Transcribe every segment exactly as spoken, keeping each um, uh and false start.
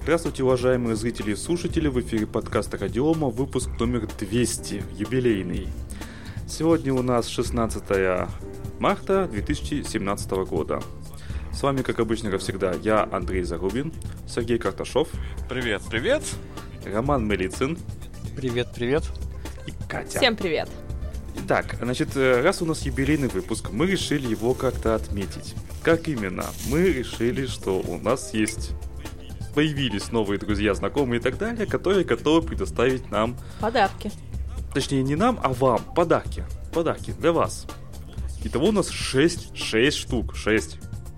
Здравствуйте, уважаемые зрители и слушатели, в эфире подкаста Радиома, выпуск номер двести, юбилейный. Сегодня у нас шестнадцатое марта две тысячи семнадцатого года. С вами, как обычно, как всегда, я, Андрей Зарубин, Сергей Карташов. Привет, привет. Роман Мелицын. Привет, привет. И Катя. Всем привет. Итак, значит, раз у нас юбилейный выпуск, мы решили его как-то отметить. Как именно? Мы решили, что у нас есть... появились новые друзья, знакомые и так далее, которые готовы предоставить нам... подарки. Точнее, не нам, а вам. Подарки. Подарки для вас. Итого у нас шесть, шесть штук. шесть.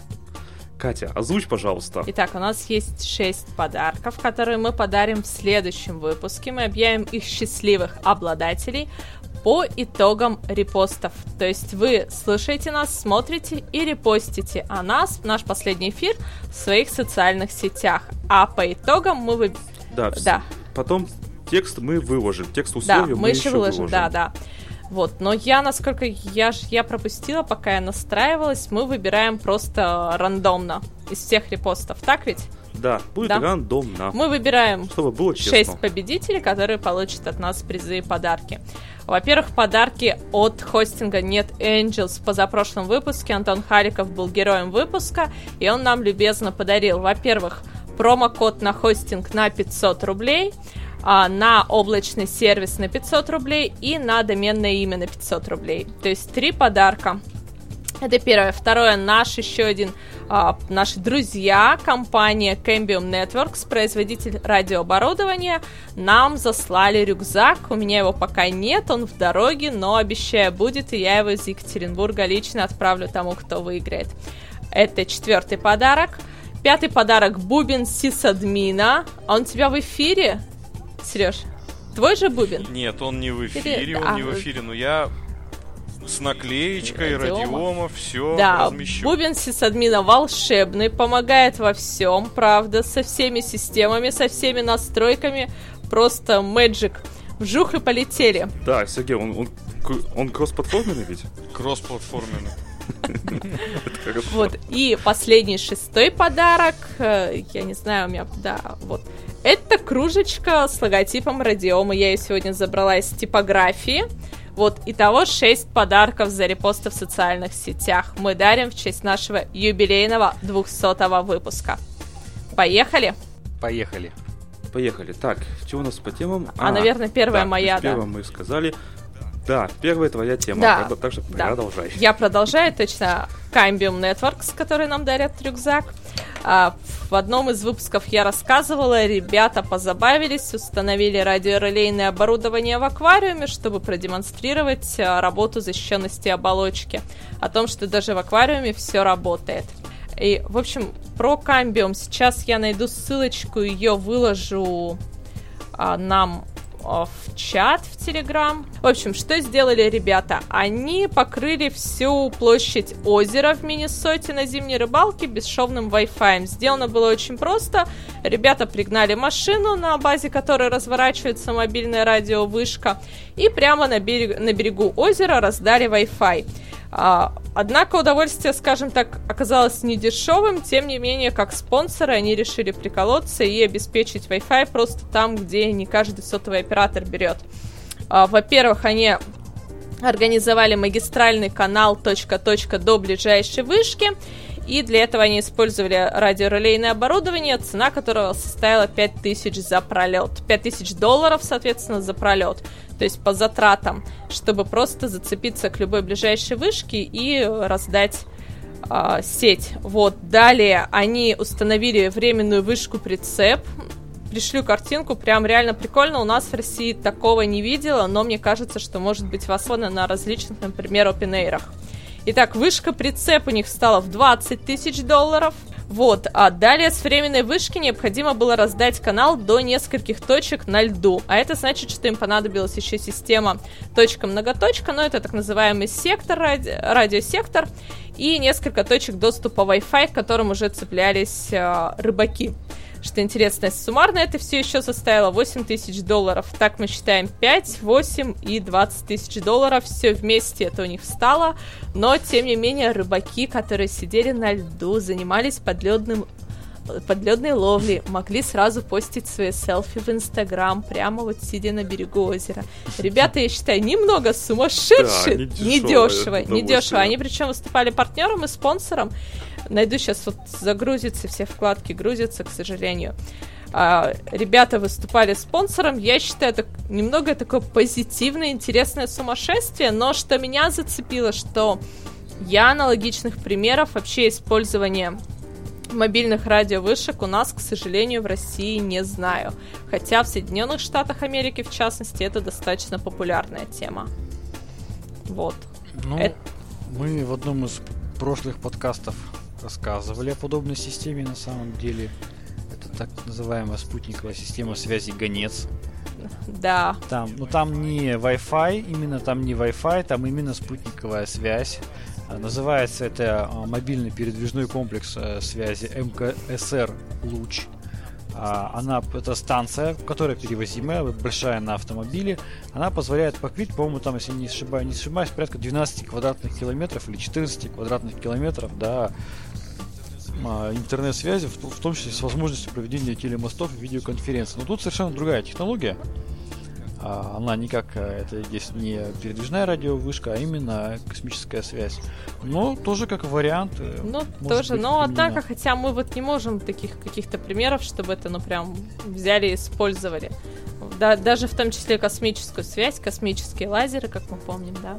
Катя, озвучь, пожалуйста. Итак, у нас есть шесть подарков, которые мы подарим в следующем выпуске. Мы объявим их счастливых обладателей по итогам репостов. То есть вы слушаете нас, смотрите и репостите о нас, наш последний эфир, в своих социальных сетях. А по итогам мы... Вы... Да, да. Потом текст мы выложим, текст условий да, мы, мы еще выложим. выложим. Да, да. Вот, но я, насколько я, я пропустила, пока я настраивалась, мы выбираем просто рандомно из всех репостов. Так ведь? Да, будет да? рандомно. Мы выбираем чтобы было честно. шесть победителей, которые получат от нас призы и подарки. Во-первых, подарки от хостинга NetAngels. В позапрошлом выпуске Антон Халиков был героем выпуска, и он нам любезно подарил, во-первых, промокод на хостинг на пятьсот рублей, на облачный сервис на пятьсот рублей и на доменное имя на пятьсот рублей. То есть три подарка. Это первое. Второе, наш еще один, а, наши друзья, компания Cambium Networks, производитель радиооборудования, нам заслали рюкзак. У меня его пока нет, он в дороге, но, обещаю, будет, и я его из Екатеринбурга лично отправлю тому, кто выиграет. Это четвертый подарок. Пятый подарок — бубен сисадмина. Он у тебя в эфире, Сереж? Твой же бубен? Нет, он не в эфире, Или... он а, не в эфире, но я... с наклеечкой, радиома, радиома все да, размещу. Бубен сисадмина волшебный, помогает во всем, правда, со всеми системами, со всеми настройками. Просто magic. Вжух и полетели. Да, Сергей, он, он, он кросс-платформенный ведь? Кросс-платформенный. Вот, и последний, шестой подарок, я не знаю, у меня, да, вот. Это кружечка с логотипом Радиома. Я ее сегодня забрала из типографии. Вот, итого шесть подарков за репосты в социальных сетях мы дарим в честь нашего юбилейного двухсотого выпуска. Поехали? Поехали. Поехали. Так, что у нас по темам? А, а наверное, первая да, моя, да. Первая мы сказали. Да, первая твоя тема. Да, так что да. Продолжай. Я продолжаю, точно. Cambium Networks, который нам дарят рюкзак. А, в одном из выпусков я рассказывала, ребята позабавились, установили радиорелейное оборудование в аквариуме, чтобы продемонстрировать работу защищенности оболочки. О том, что даже в аквариуме все работает. И, в общем, про Cambium сейчас я найду ссылочку, ее выложу а, нам в чат в Телеграм. В общем, что сделали ребята? Они покрыли всю площадь озера в Миннесоте на зимней рыбалке бесшовным Wi-Fi. Сделано было очень просто. Ребята пригнали машину, на базе которой разворачивается мобильная радиовышка, и прямо на, берег, на берегу озера раздали Wi-Fi. Однако удовольствие, скажем так, оказалось недешевым. Тем не менее, как спонсоры, они решили приколоться и обеспечить Wi-Fi просто там, где не каждый сотовый оператор берет. Во-первых, они организовали магистральный канал точка-точка до ближайшей вышки, и для этого они использовали радиорелейное оборудование, цена которого составила пять тысяч за пролет. пять тысяч долларов, соответственно, за пролет. То есть по затратам, чтобы просто зацепиться к любой ближайшей вышке и раздать э, сеть. Вот. Далее они установили временную вышку-прицеп. Пришлю картинку, прям реально прикольно. У нас в России такого не видела, но мне кажется, что может быть востребовано на различных, например, опен-эйрах. Итак, вышка-прицеп у них стала в двадцать тысяч долларов. Вот, а далее с временной вышки необходимо было раздать канал до нескольких точек на льду. А это значит, что им понадобилась еще система точка-многоточка, но это так называемый сектор, ради... радиосектор, и несколько точек доступа Wi-Fi, к которым уже цеплялись э, рыбаки. Что интересно, суммарно это все еще составило восемь тысяч долларов. Так мы считаем пять, восемь и двадцать тысяч долларов. Все вместе это у них встало. Но, тем не менее, рыбаки, которые сидели на льду, занимались подледным подледной ловли могли сразу постить свои селфи в Инстаграм, прямо вот сидя на берегу озера. Ребята, я считаю, немного сумасшедшие, да, недешево, недешево. Они причем выступали партнером и спонсором. Найду сейчас вот загрузится, все вкладки грузятся, к сожалению. А, ребята выступали спонсором. Я считаю, это немного такое позитивное, интересное сумасшествие, но что меня зацепило, что я аналогичных примеров вообще использования мобильных радиовышек у нас, к сожалению, в России не знаю. Хотя в Соединенных Штатах Америки, в частности, это достаточно популярная тема. Вот. Ну, это... мы в одном из прошлых подкастов рассказывали о подобной системе на самом деле. Это так называемая спутниковая система связи «Гонец». Да. Там, ну там не Wi-Fi, именно там не Wi-Fi, там именно спутниковая связь. Называется это мобильный передвижной комплекс связи эм ка эс эр «Луч». Она, это станция, которая перевозимая, большая на автомобиле. Она позволяет покрыть, по-моему, там, если не ошибаюсь, не ошибаюсь, порядка двенадцать квадратных километров или четырнадцать квадратных километров до интернет-связи, в, в том числе с возможностью проведения телемостов и видеоконференций. Но тут совершенно другая технология. Она никак, это здесь не передвижная радиовышка, а именно космическая связь. Но тоже как вариант. Ну, тоже, но однако, хотя мы вот не можем таких каких-то примеров, чтобы это, ну, прям взяли и использовали. Да, даже в том числе космическую связь, космические лазеры, как мы помним, да.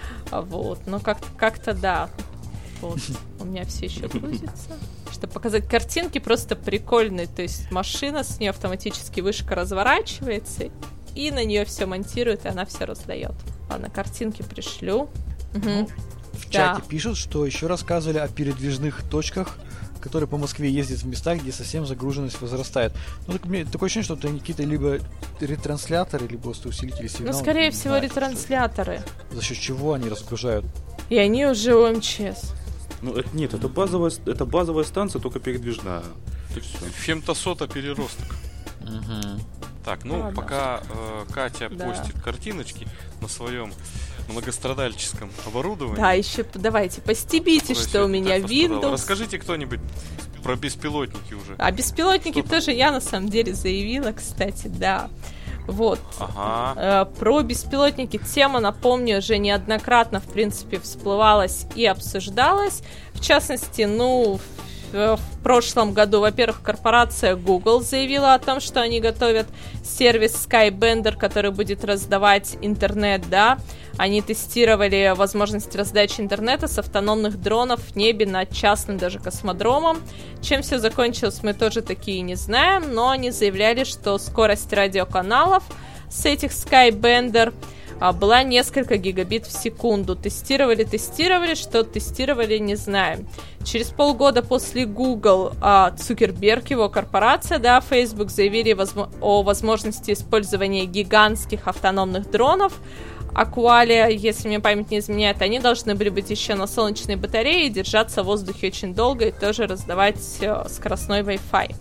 Вот, но как-то, как-то да. Вот, у меня все еще грузится. Чтобы показать картинки, просто прикольные. То есть машина, с нее автоматически вышка разворачивается, и на нее все монтирует, и она все раздает. Ладно, картинки пришлю. Ну, угу. В Да. чате пишут, что еще рассказывали о передвижных точках, которые по Москве ездят в местах, где совсем загруженность возрастает. Ну, так, мне такое ощущение, что это какие-то либо ретрансляторы, либо просто усилители сигнала. Ну, скорее Не всего, знаю, ретрансляторы. что- За счет чего они разгружают? И они уже у эм че эс. Ну, это нет, это базовая, это базовая станция, только передвижная. Это все. Фемтосота переросток. Угу. Так, ну, Ладно. пока э, Катя Да. постит картиночки на своем многострадальческом оборудовании. Да, еще давайте постебите, которое что у сегодня меня так пострадало. Windows. Расскажите кто-нибудь про беспилотники уже. А беспилотники Что там? тоже я на самом деле заявила, кстати, да. Вот. Ага. Э, Про беспилотники тема, напомню, уже неоднократно, в принципе, всплывалась и обсуждалась. В частности, ну, в, в прошлом году, во-первых, корпорация Google заявила о том, что они готовят сервис Skybender, который будет раздавать интернет, да. Они тестировали возможность раздачи интернета с автономных дронов в небе над частным даже космодромом. Чем все закончилось, мы тоже такие не знаем, но они заявляли, что скорость радиоканалов с этих Skybender а, была несколько гигабит в секунду. Тестировали, тестировали, что тестировали, не знаем. Через полгода после Google а, Цукерберг, его корпорация, да, Facebook, заявили возможно- о возможности использования гигантских автономных дронов. Аквалия, если мне память не изменяет, они должны были быть еще на солнечной батарее и держаться в воздухе очень долго и тоже раздавать э, скоростной Wi-Fi.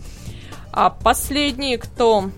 А последний, кто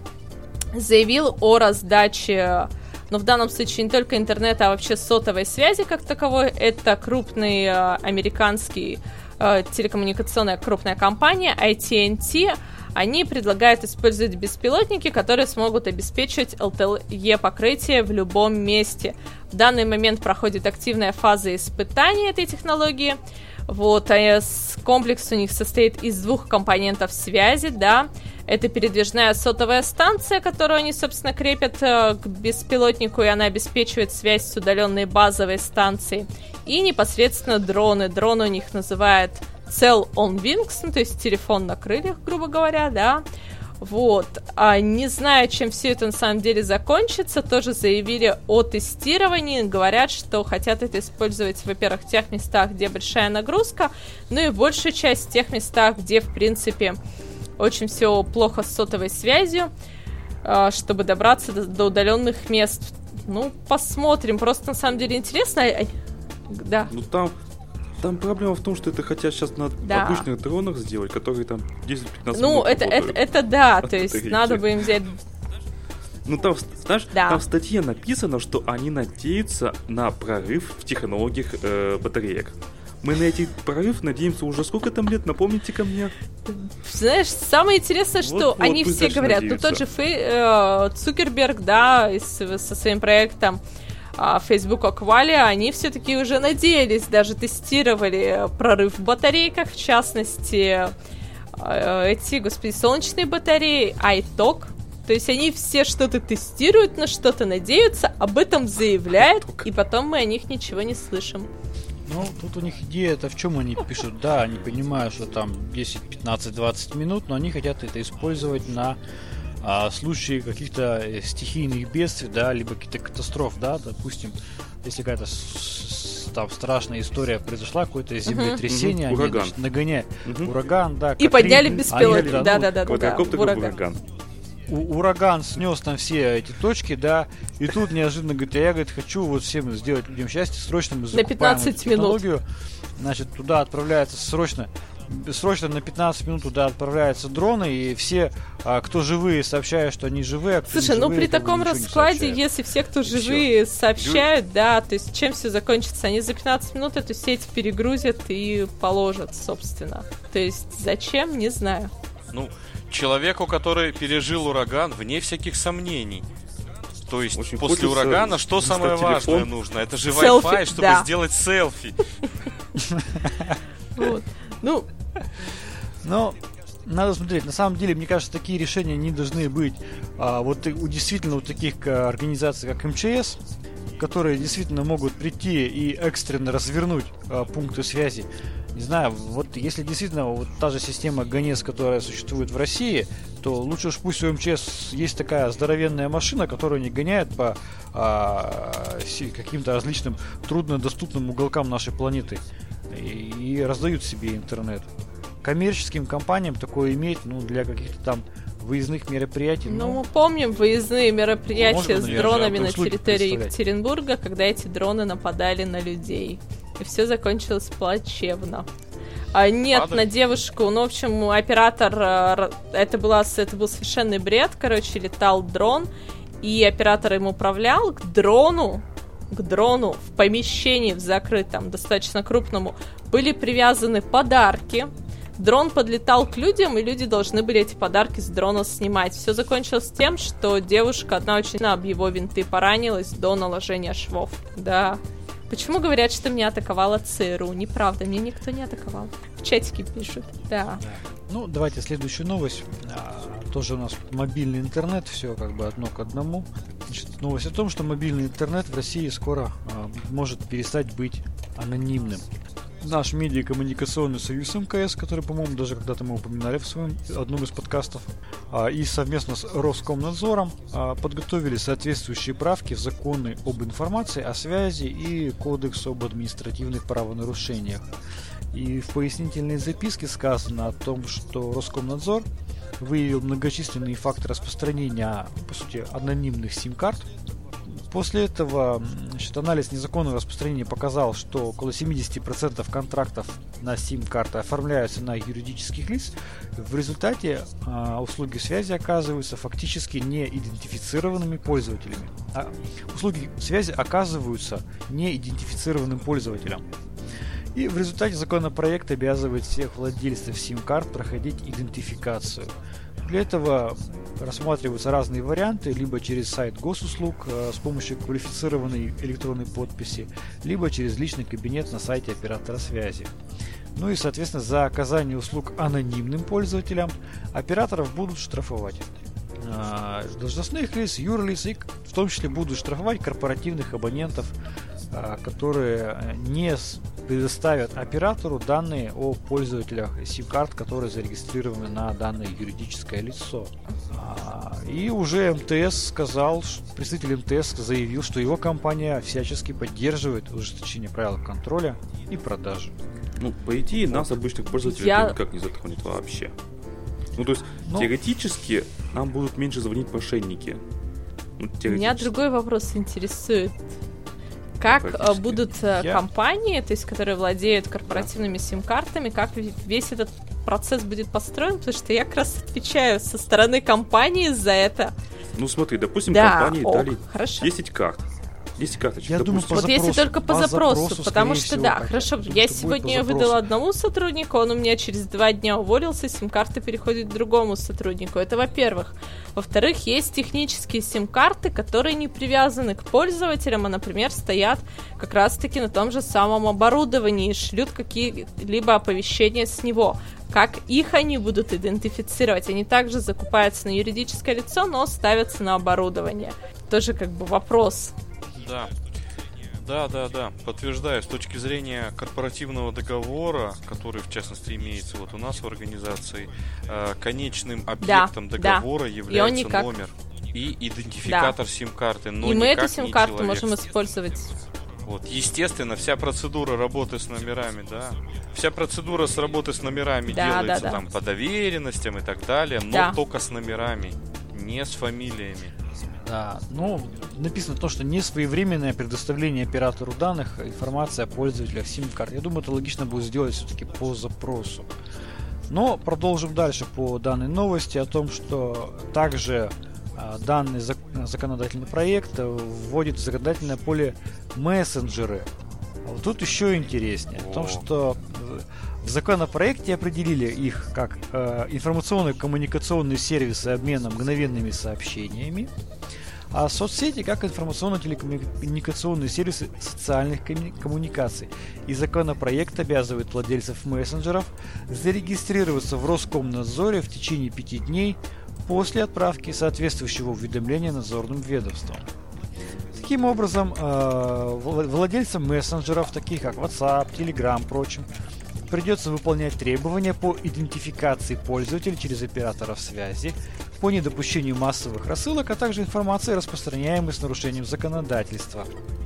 заявил о раздаче, ну, в данном случае не только интернета, а вообще сотовой связи как таковой, это крупный э, американский э, телекоммуникационная крупная компания эй ти энд ти. Они предлагают использовать беспилотники, которые смогут обеспечивать эл ти и покрытие в любом месте. В данный момент проходит активная фаза испытаний этой технологии. Вот, а комплекс у них состоит из двух компонентов связи, да. Это передвижная сотовая станция, которую они, собственно, крепят э, к беспилотнику, и она обеспечивает связь с удаленной базовой станцией. И непосредственно дроны. Дроны у них называют Cell on Wings, ну, то есть телефон на крыльях, грубо говоря, да. Вот. А не знаю, чем все это на самом деле закончится, тоже заявили о тестировании, говорят, что хотят это использовать, во-первых, в тех местах, где большая нагрузка, ну и большую часть в тех местах, где, в принципе, очень все плохо с сотовой связью, чтобы добраться до, до удаленных мест. Ну, посмотрим, просто на самом деле интересно. Да. Ну там, там проблема в том, что это хотят сейчас на Да. обычных дронах сделать, которые там десять-пятнадцать Ну, минут это, это, работают. это да, От то есть батарейки. надо бы им взять... Ну там, знаешь, Да. там в статье написано, что они надеются на прорыв в технологиях э, батареек. Мы на эти прорыв надеемся уже сколько там лет, напомните-ка мне. Знаешь, самое интересное, что вот, они вот, все говорят, ну тот же Фей, э, Цукерберг, да, с, со своим проектом э, Facebook Aqualia, они все-таки уже надеялись, даже тестировали прорыв в батарейках, в частности, э, эти, господи, солнечные батареи, iTalk. То есть они все что-то тестируют, на что-то надеются, об этом заявляют, и потом мы о них ничего не слышим. Ну, тут у них идея-то в чем они пишут? Да, они понимают, что там десять, пятнадцать, двадцать минут, но они хотят это использовать на а, случаи каких-то стихийных бедствий, да, либо каких-то катастроф, да, допустим, если какая-то с- с- там страшная история произошла, какое-то землетрясение, угу. они Ураган. значит, нагоняют Угу. ураган, да. И подняли беспилотник, да-да-да. Квадрокоптер как ураган. У- ураган снес там все эти точки, да, и тут неожиданно говорит, а я, говорит, хочу вот всем сделать людям счастье, срочно мы закупаем пятнадцать эту технологию, значит, туда отправляется срочно, срочно на пятнадцать минут туда отправляются дроны, и все, а, кто живые, сообщают, что они живые, а кто Слушай, не ну живые, при как бы таком ничего не раскладе, сообщают. если все, кто И живые, сообщают, да, то есть чем все закончится? Они за пятнадцать минут эту сеть перегрузят и положат, собственно. То есть зачем, не знаю. Ну, человеку, который пережил ураган, вне всяких сомнений. То есть очень после урагана что самое телефон. важное нужно? Это же Селфи, Wi-Fi, чтобы да. сделать селфи. Вот. Ну, Но надо смотреть, на самом деле, мне кажется, такие решения не должны быть а, вот и- у действительно вот таких а, организаций, как эм че эс, которые действительно могут прийти и экстренно развернуть а, пункты связи. Не знаю, вот если действительно вот та же система ГОНЕС, которая существует в России, то лучше уж пусть у эм че эс есть такая здоровенная машина, которую они гоняют по а, си- каким-то различным труднодоступным уголкам нашей планеты и, и раздают себе интернет. Коммерческим компаниям такое иметь, ну, для каких-то там выездных мероприятий. ну, мы помним выездные мероприятия Можно, с наверное, дронами это на услуги территории представлять. Екатеринбурга, когда эти дроны нападали на людей. И все закончилось плачевно. А, нет, Падали? на девушку, ну, в общем, оператор, э, р- это, была, с- это был совершенный бред, короче, летал дрон, и оператор им управлял к дрону, к дрону в помещении, в закрытом, достаточно крупному, были привязаны подарки. Дрон подлетал к людям, и люди должны были эти подарки с дрона снимать. Все закончилось тем, что девушка одна очень сильно об его винты поранилась до наложения швов. Да. Почему говорят, что меня атаковала ЦРУ? Неправда, меня никто не атаковал. В чатике пишут. Да. Ну, давайте следующую новость. А, тоже у нас мобильный интернет, все как бы одно к одному. Значит, новость о том, что мобильный интернет в России скоро а, может перестать быть анонимным. Наш медиакоммуникационный союз эм ка эс, который, по-моему, даже когда-то мы упоминали в своем одном из подкастов, а, и совместно с Роскомнадзором а, подготовили соответствующие правки в законы об информации о связи и кодекс об административных правонарушениях. И в пояснительной записке сказано о том, что Роскомнадзор выявил многочисленные факты распространения, по сути, анонимных сим-карт. После этого, значит, анализ незаконного распространения показал, что около семьдесят процентов контрактов на сим-карты оформляются на юридических лиц. В результате а, услуги связи оказываются фактически не идентифицированными пользователями. А услуги связи оказываются не идентифицированным пользователям. И в результате законопроект обязывает всех владельцев сим-карт проходить идентификацию. Для этого рассматриваются разные варианты, либо через сайт госуслуг э, с помощью квалифицированной электронной подписи, либо через личный кабинет на сайте оператора связи. Ну и, соответственно, за оказание услуг анонимным пользователям операторов будут штрафовать. Э, должностных лиц, юрлиц, и в том числе будут штрафовать корпоративных абонентов, э, которые не предоставят оператору данные о пользователях сим-карт, которые зарегистрированы на данное юридическое лицо. И уже эм тэ эс сказал, представитель эм тэ эс заявил, что его компания всячески поддерживает ужесточение правил контроля и продажи. Ну, по идее, нас, обычных пользователей, Я- это никак не затронет вообще. Ну, то есть, Ну. теоретически, нам будут меньше звонить мошенники. Ну, Меня теоретически. другой вопрос интересует. Как э, Практически. будут э, Я- компании, то есть, которые владеют корпоративными сим-картами, как в- весь этот процесс будет построен? Потому что я как раз отвечаю со стороны компании за это. Ну, смотри, допустим, Да, компании ок, дали хорошо. десять карт. десять карточек. Я думаю, по вот запросу, если только по, по запросу, запросу, потому скорее что, всего, да, так. хорошо, Потому я что будет сегодня по выдала запросу. одному сотруднику, он у меня через два дня уволился, сим-карты переходят к другому сотруднику. Это во-первых. Во-вторых, есть технические сим-карты, которые не привязаны к пользователям, а, например, стоят как раз-таки на том же самом оборудовании и шлют какие-либо оповещения с него. Как их они будут идентифицировать? Они также закупаются на юридическое лицо, но ставятся на оборудование. Тоже как бы вопрос. Да. Да, да, да. Подтверждаю, с точки зрения корпоративного договора, который, в частности, имеется вот у нас в организации, э, конечным объектом да, договора да. является И никак... номер и идентификатор да. сим-карты, но и мы эту никак сим-карту не человек. можем использовать. Вот, естественно, вся процедура работы с номерами, да. Вся процедура с работы с номерами да, делается да, да. там по доверенностям и так далее, но да. только с номерами, не с фамилиями. Да, ну, написано то, что несвоевременное предоставление оператору данных информации о пользователях сим-карт. Я думаю, это логично будет сделать все-таки по запросу. Но продолжим дальше по данной новости о том, что также а, данный зак- законодательный проект вводит в законодательное поле мессенджеры. А вот тут еще интереснее. О том, что в законопроекте определили их как э, информационно-коммуникационные сервисы обмена мгновенными сообщениями, а соцсети как информационно-телекоммуникационные сервисы социальных коммуникаций. И законопроект обязывает владельцев мессенджеров зарегистрироваться в Роскомнадзоре в течение пяти дней после отправки соответствующего уведомления надзорным ведомством. Таким образом, владельцам мессенджеров, таких как WhatsApp, Telegram, прочим, придется выполнять требования по идентификации пользователя через операторов связи, по недопущению массовых рассылок, а также информации, распространяемой с нарушением законодательства.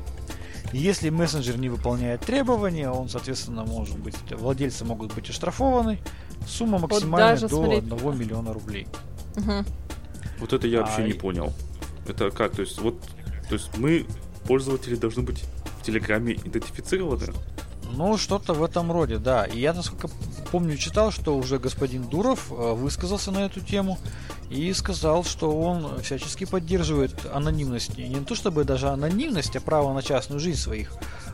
Если мессенджер не выполняет требования, он, соответственно, может быть, владельцы могут быть оштрафованы. Сумма максимальная вот до смотреть. одного миллиона рублей. Угу. Вот это я вообще а, не понял. Это как? То есть, вот, то есть мы, пользователи, должны быть в Телеграме идентифицированы? Ну, что-то в этом роде, да. И я, насколько помню, читал, что уже господин Дуров высказался на эту тему и сказал, что он всячески поддерживает анонимность. Не то чтобы даже анонимность, а право на частную жизнь своих,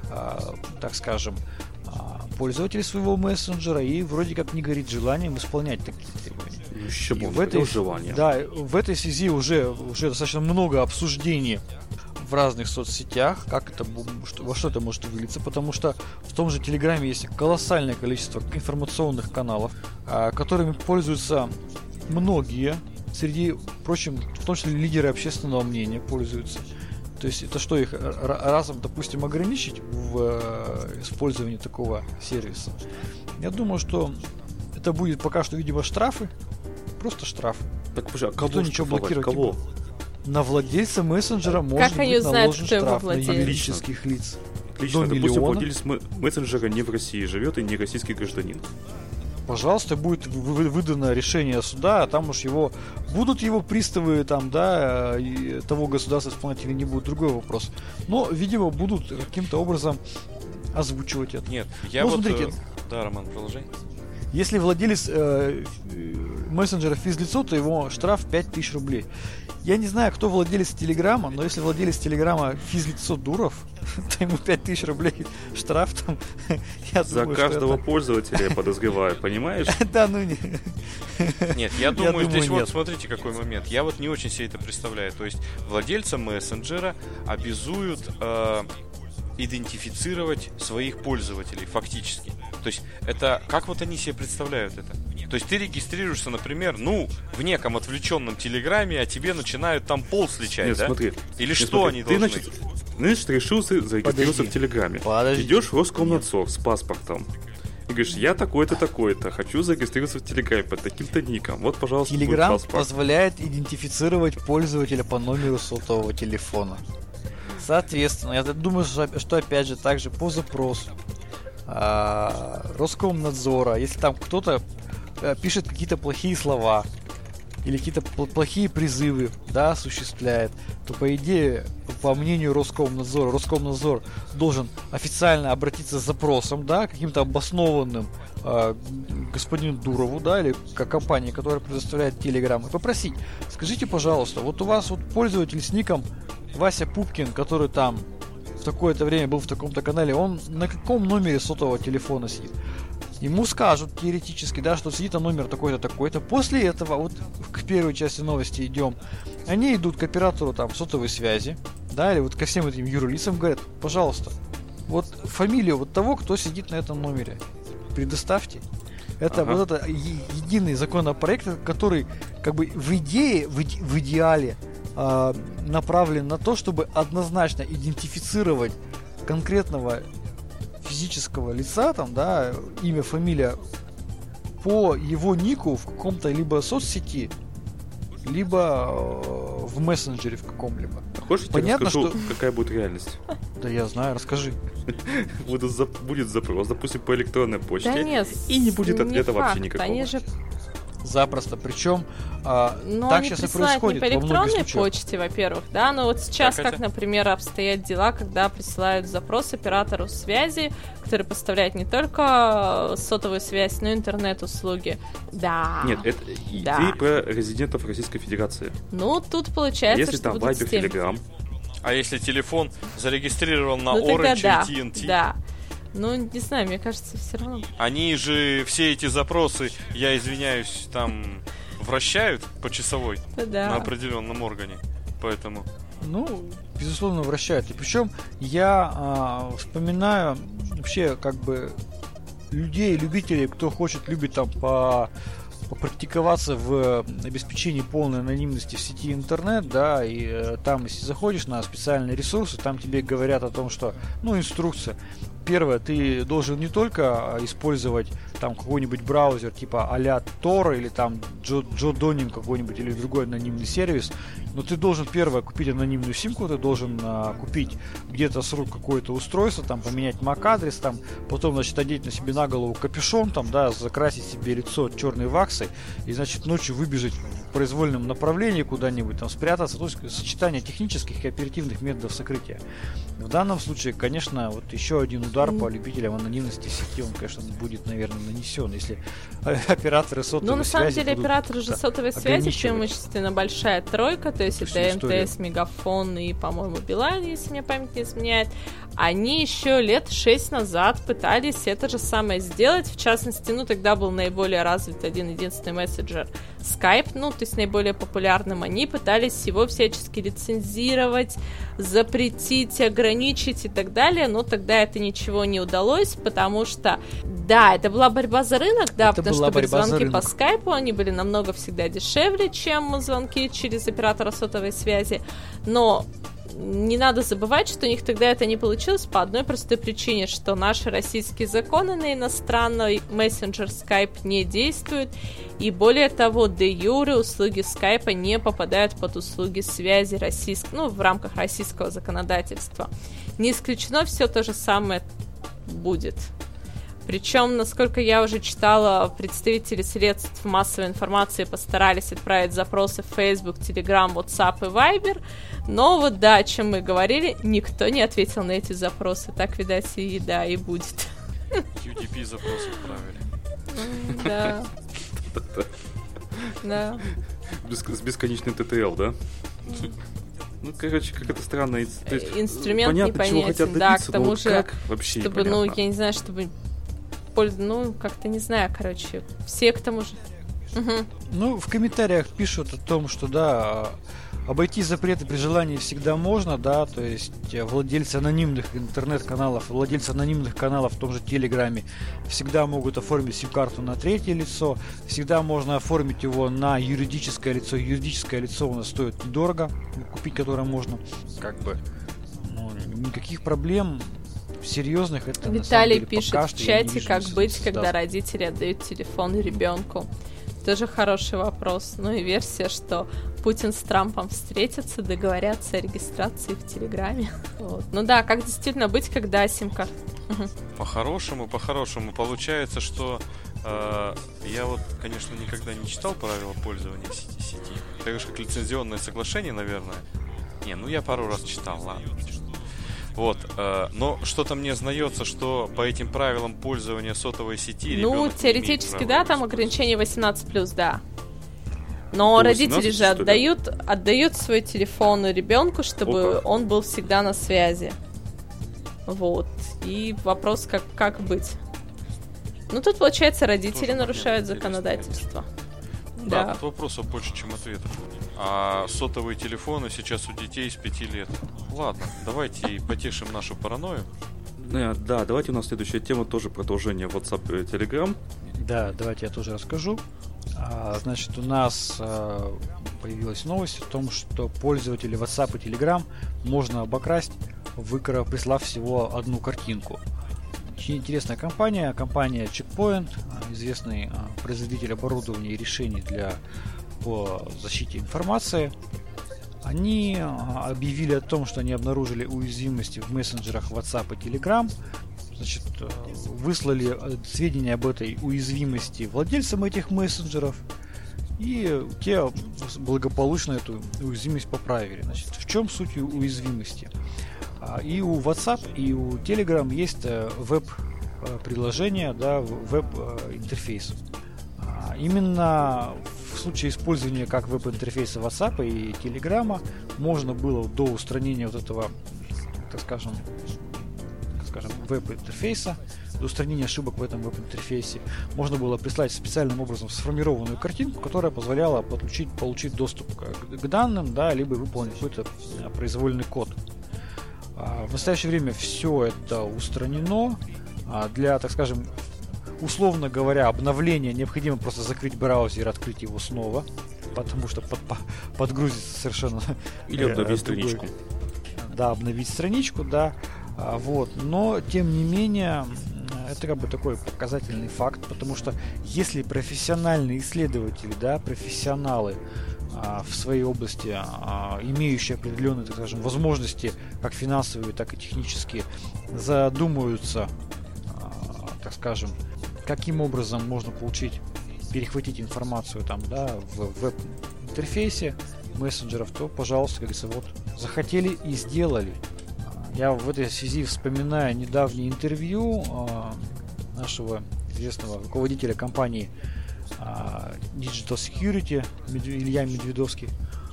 так скажем, пользователей своего мессенджера, и вроде как не горит желанием исполнять такие требования. Еще в этой, желание. Да, в этой связи уже, уже достаточно много обсуждений в разных соцсетях, как это, что, во что это может вылиться, потому что в том же Телеграме есть колоссальное количество информационных каналов, а, которыми пользуются многие, среди прочим, в том числе лидеры общественного мнения пользуются. То есть это что, их разом, допустим, ограничить в э, использовании такого сервиса? Я думаю, что это будет пока что, видимо, штрафы, просто штраф. Так, подожди, а кого ничего блокировать кого? не будет. На владельца мессенджера как может быть знают, наложен штраф на владелец? юридических лиц. Отлично, до допустим, миллиона. владелец мессенджера не в России живет и не российский гражданин. Пожалуйста, будет выдано решение суда, а там уж его будут его приставы там, да, и того государства исполнять или не будут, другой вопрос. Но, видимо, будут каким-то образом озвучивать это. Нет, я ну, вот... смотрите, да, Роман, продолжай. Если владелец э, мессенджера физлицо, то его штраф пять тысяч рублей. Я не знаю, кто владелец Телеграма, но если владелец Телеграма физлицо Дуров, то ему пять тысяч рублей штраф там. Я За думаю, каждого это... пользователя, я подозреваю, понимаешь? Да, ну не. Нет, я думаю, здесь вот нет. смотрите какой момент. Я вот не очень себе это представляю. То есть владельца мессенджера обязуют э, идентифицировать своих пользователей фактически. То есть это как вот они себе представляют это? То есть ты регистрируешься, например, ну, в неком отвлеченном Телеграме, а тебе начинают там пол сличать, Нет, да? смотри. Или Нет, что смотри, они ты, должны? Значит, значит, решился зарегистрироваться Подожди. в Телеграме. Подожди. Идешь в Роскомнадзор с паспортом. И говоришь, я такой-то, такой-то, хочу зарегистрироваться в Телеграме под таким-то ником. Вот, пожалуйста, твой Телеграм паспорт. позволяет идентифицировать пользователя по номеру сотового телефона. Соответственно, я думаю, что, что опять же также по запросу а, Роскомнадзора, если там кто-то а, пишет какие-то плохие слова или какие-то пл- плохие призывы, да, осуществляет, то по идее, по мнению Роскомнадзора, Роскомнадзор должен официально обратиться с запросом, да, каким-то обоснованным э, господину Дурову, да, или как компании, которая предоставляет Telegram, и попросить, скажите, пожалуйста, вот у вас вот пользователь с ником Вася Пупкин, который там в такое-то время был в таком-то канале, он на каком номере сотового телефона сидит? Ему скажут теоретически, да, что сидит на номер такой-то, такой-то. После этого, вот к первой части новости идем, они идут к оператору там сотовой связи, да, или вот ко всем этим юрлицам говорят, пожалуйста, вот фамилию вот того, кто сидит на этом номере, предоставьте. Это ага. вот это е- единый законопроект, который как бы в идее, в, иде- в идеале э, направлен на то, чтобы однозначно идентифицировать конкретного физического лица, там, да, имя, фамилия по его нику в каком-то либо соцсети, либо э, в мессенджере в каком-либо. Хочешь, я тебе расскажу, что... какая будет реальность? Да я знаю, расскажи. Будет запрос, допустим, по электронной почте, да нет, и не будет ответа вообще никакого. Они же... Запросто. Причем а, но так они сейчас и происходит не по электронной почте, во-первых, да, но вот сейчас, как, как например, обстоят дела, когда присылают запрос оператору связи, который поставляет не только сотовую связь, но и интернет-услуги. Да. Нет, это да. идеи про резидентов Российской Федерации. Ну, тут получается, если что там Viber, Telegram. А если телефон зарегистрирован на ну, Orange да, и ти эн ти? Да. Ну, не знаю, мне кажется, все равно. Они же все эти запросы, я извиняюсь, там вращают по часовой да. на определенном органе. Поэтому. Ну, безусловно, вращают. И причем я а, вспоминаю вообще как бы людей, любителей, кто хочет, любит там по попрактиковаться в обеспечении полной анонимности в сети интернет, да, и э, там, если заходишь на специальные ресурсы, там тебе говорят о том, что, ну, инструкция. Первое, ты должен не только использовать там какой-нибудь браузер типа а-ля Tor или там Джодонин какой-нибудь или другой анонимный сервис, но ты должен первое купить анонимную симку, ты должен а, купить где-то с рук какое-то устройство, там поменять мак-адрес, там потом, значит, одеть на себе на голову капюшон, там, да, закрасить себе лицо черной ваксой и, значит, ночью выбежать в произвольном направлении куда-нибудь, там спрятаться, то есть сочетание технических и оперативных методов сокрытия. В данном случае, конечно, вот еще один удар по любителям анонимности сети, он, конечно, будет, наверное, нанесен, если операторы сотовой связи. Ну, на самом деле, операторы же сотовой связи преимущественно большая тройка, то есть это эм тэ эс, Мегафон и, по-моему, Билайн, если мне память не изменяет. Они еще лет шесть назад пытались это же самое сделать. В частности, ну, тогда был наиболее развит один единственный мессенджер Skype, ну, то есть наиболее популярным. Они пытались его всячески лицензировать, запретить, ограничить и так далее, но тогда это ничего не удалось, потому что, да, это была борьба за рынок, да, это потому что были звонки по скайпу, они были намного всегда дешевле, чем звонки через оператора сотовой связи, но не надо забывать, что у них тогда это не получилось по одной простой причине, что наши российские законы на иностранный мессенджер Skype не действуют, и более того, де юре услуги Skype не попадают под услуги связи российского, ну, в рамках российского законодательства. Не исключено, все то же самое будет. Причем, насколько я уже читала, представители средств массовой информации постарались отправить запросы в Facebook, Telegram, WhatsApp и Viber, но вот да, о чем мы говорили, никто не ответил на эти запросы. Так, видать, и да, и будет. ю ди пи запросы отправили. Да. Да. С бесконечным тэ тэ эл, да? Ну, короче, как это странно. Инструмент непонятен, да, к тому же, чтобы, ну, я не знаю, чтобы... Ну, как-то не знаю, короче, все к тому же. Угу. Ну, в комментариях пишут о том, что, да, обойти запреты при желании всегда можно, да, то есть владельцы анонимных интернет-каналов, владельцы анонимных каналов в том же Телеграме всегда могут оформить сим-карту на третье лицо, всегда можно оформить его на юридическое лицо. Юридическое лицо у нас стоит недорого, купить которое можно, как бы, ну, никаких проблем серьезных это Виталий на самом деле, пишет пока в чате, как быть, да. когда родители отдают телефон ребенку. Тоже хороший вопрос. Ну и версия, что Путин с Трампом встретятся, договорятся о регистрации в Телеграме. Вот. Ну да, как действительно быть, когда сим-карт? Угу. По-хорошему, по-хорошему получается, что э, я вот, конечно, никогда не читал правила пользования сети. Так же, как лицензионное соглашение, наверное. Не, ну я пару раз читал, ладно. Вот, э, но что-то мне знается, что по этим правилам пользования сотовой сети ну, теоретически, да, там ограничение восемнадцать плюс, да. Но до родители же отдают, отдают свой телефон ребенку, чтобы Опа. он был всегда на связи. Вот. И вопрос, как, как быть. Ну, тут, получается, родители Тоже нарушают момент законодательство. Да, Да. тут вопросов больше, чем ответов. А сотовые телефоны сейчас у детей с пяти лет. Ладно, давайте потешим нашу паранойю. Э, Да, давайте у нас следующая тема тоже продолжение WhatsApp и Telegram. Да, давайте я тоже расскажу. А, значит, у нас а, появилась новость о том, что пользователи WhatsApp и Telegram можно обокрасть, выкра... прислав всего одну картинку. Очень интересная компания, компания Checkpoint, а, известный а, производитель оборудования и решений для по защите информации. Они а, объявили о том, что они обнаружили уязвимости в мессенджерах WhatsApp и Telegram. Значит, э, выслали э, сведения об этой уязвимости владельцам этих мессенджеров, и те благополучно эту уязвимость поправили. Значит, в чем суть у- уязвимости? А, И у WhatsApp, и у Telegram есть э, веб-приложение, да, в- веб-интерфейс. А, Именно в случае использования как веб-интерфейса WhatsApp и Telegram можно было до устранения вот этого, так скажем, скажем, веб-интерфейса, до устранения ошибок в этом веб-интерфейсе, можно было прислать специальным образом сформированную картинку, которая позволяла подключить, получить доступ к, к данным, да, либо выполнить какой-то а, произвольный код. А, в настоящее время все это устранено. А, для, так скажем, условно говоря, обновления необходимо просто закрыть браузер и открыть его снова, потому что под, по- подгрузится совершенно... Или э, обновить другой- страничку. Да, обновить страничку, да. А, Вот. Но, тем не менее, это как бы такой показательный факт, потому что если профессиональные исследователи, да, профессионалы а, в своей области, а, имеющие определенные, так скажем, возможности, как финансовые, так и технические, задумаются, а, так скажем, каким образом можно получить, перехватить информацию там, да, в веб-интерфейсе мессенджеров, то, пожалуйста, как говорится, вот, захотели и сделали. Я в этой связи вспоминаю недавнее интервью а, нашего известного руководителя компании а, Digital Security Мед- Илья Медведовский.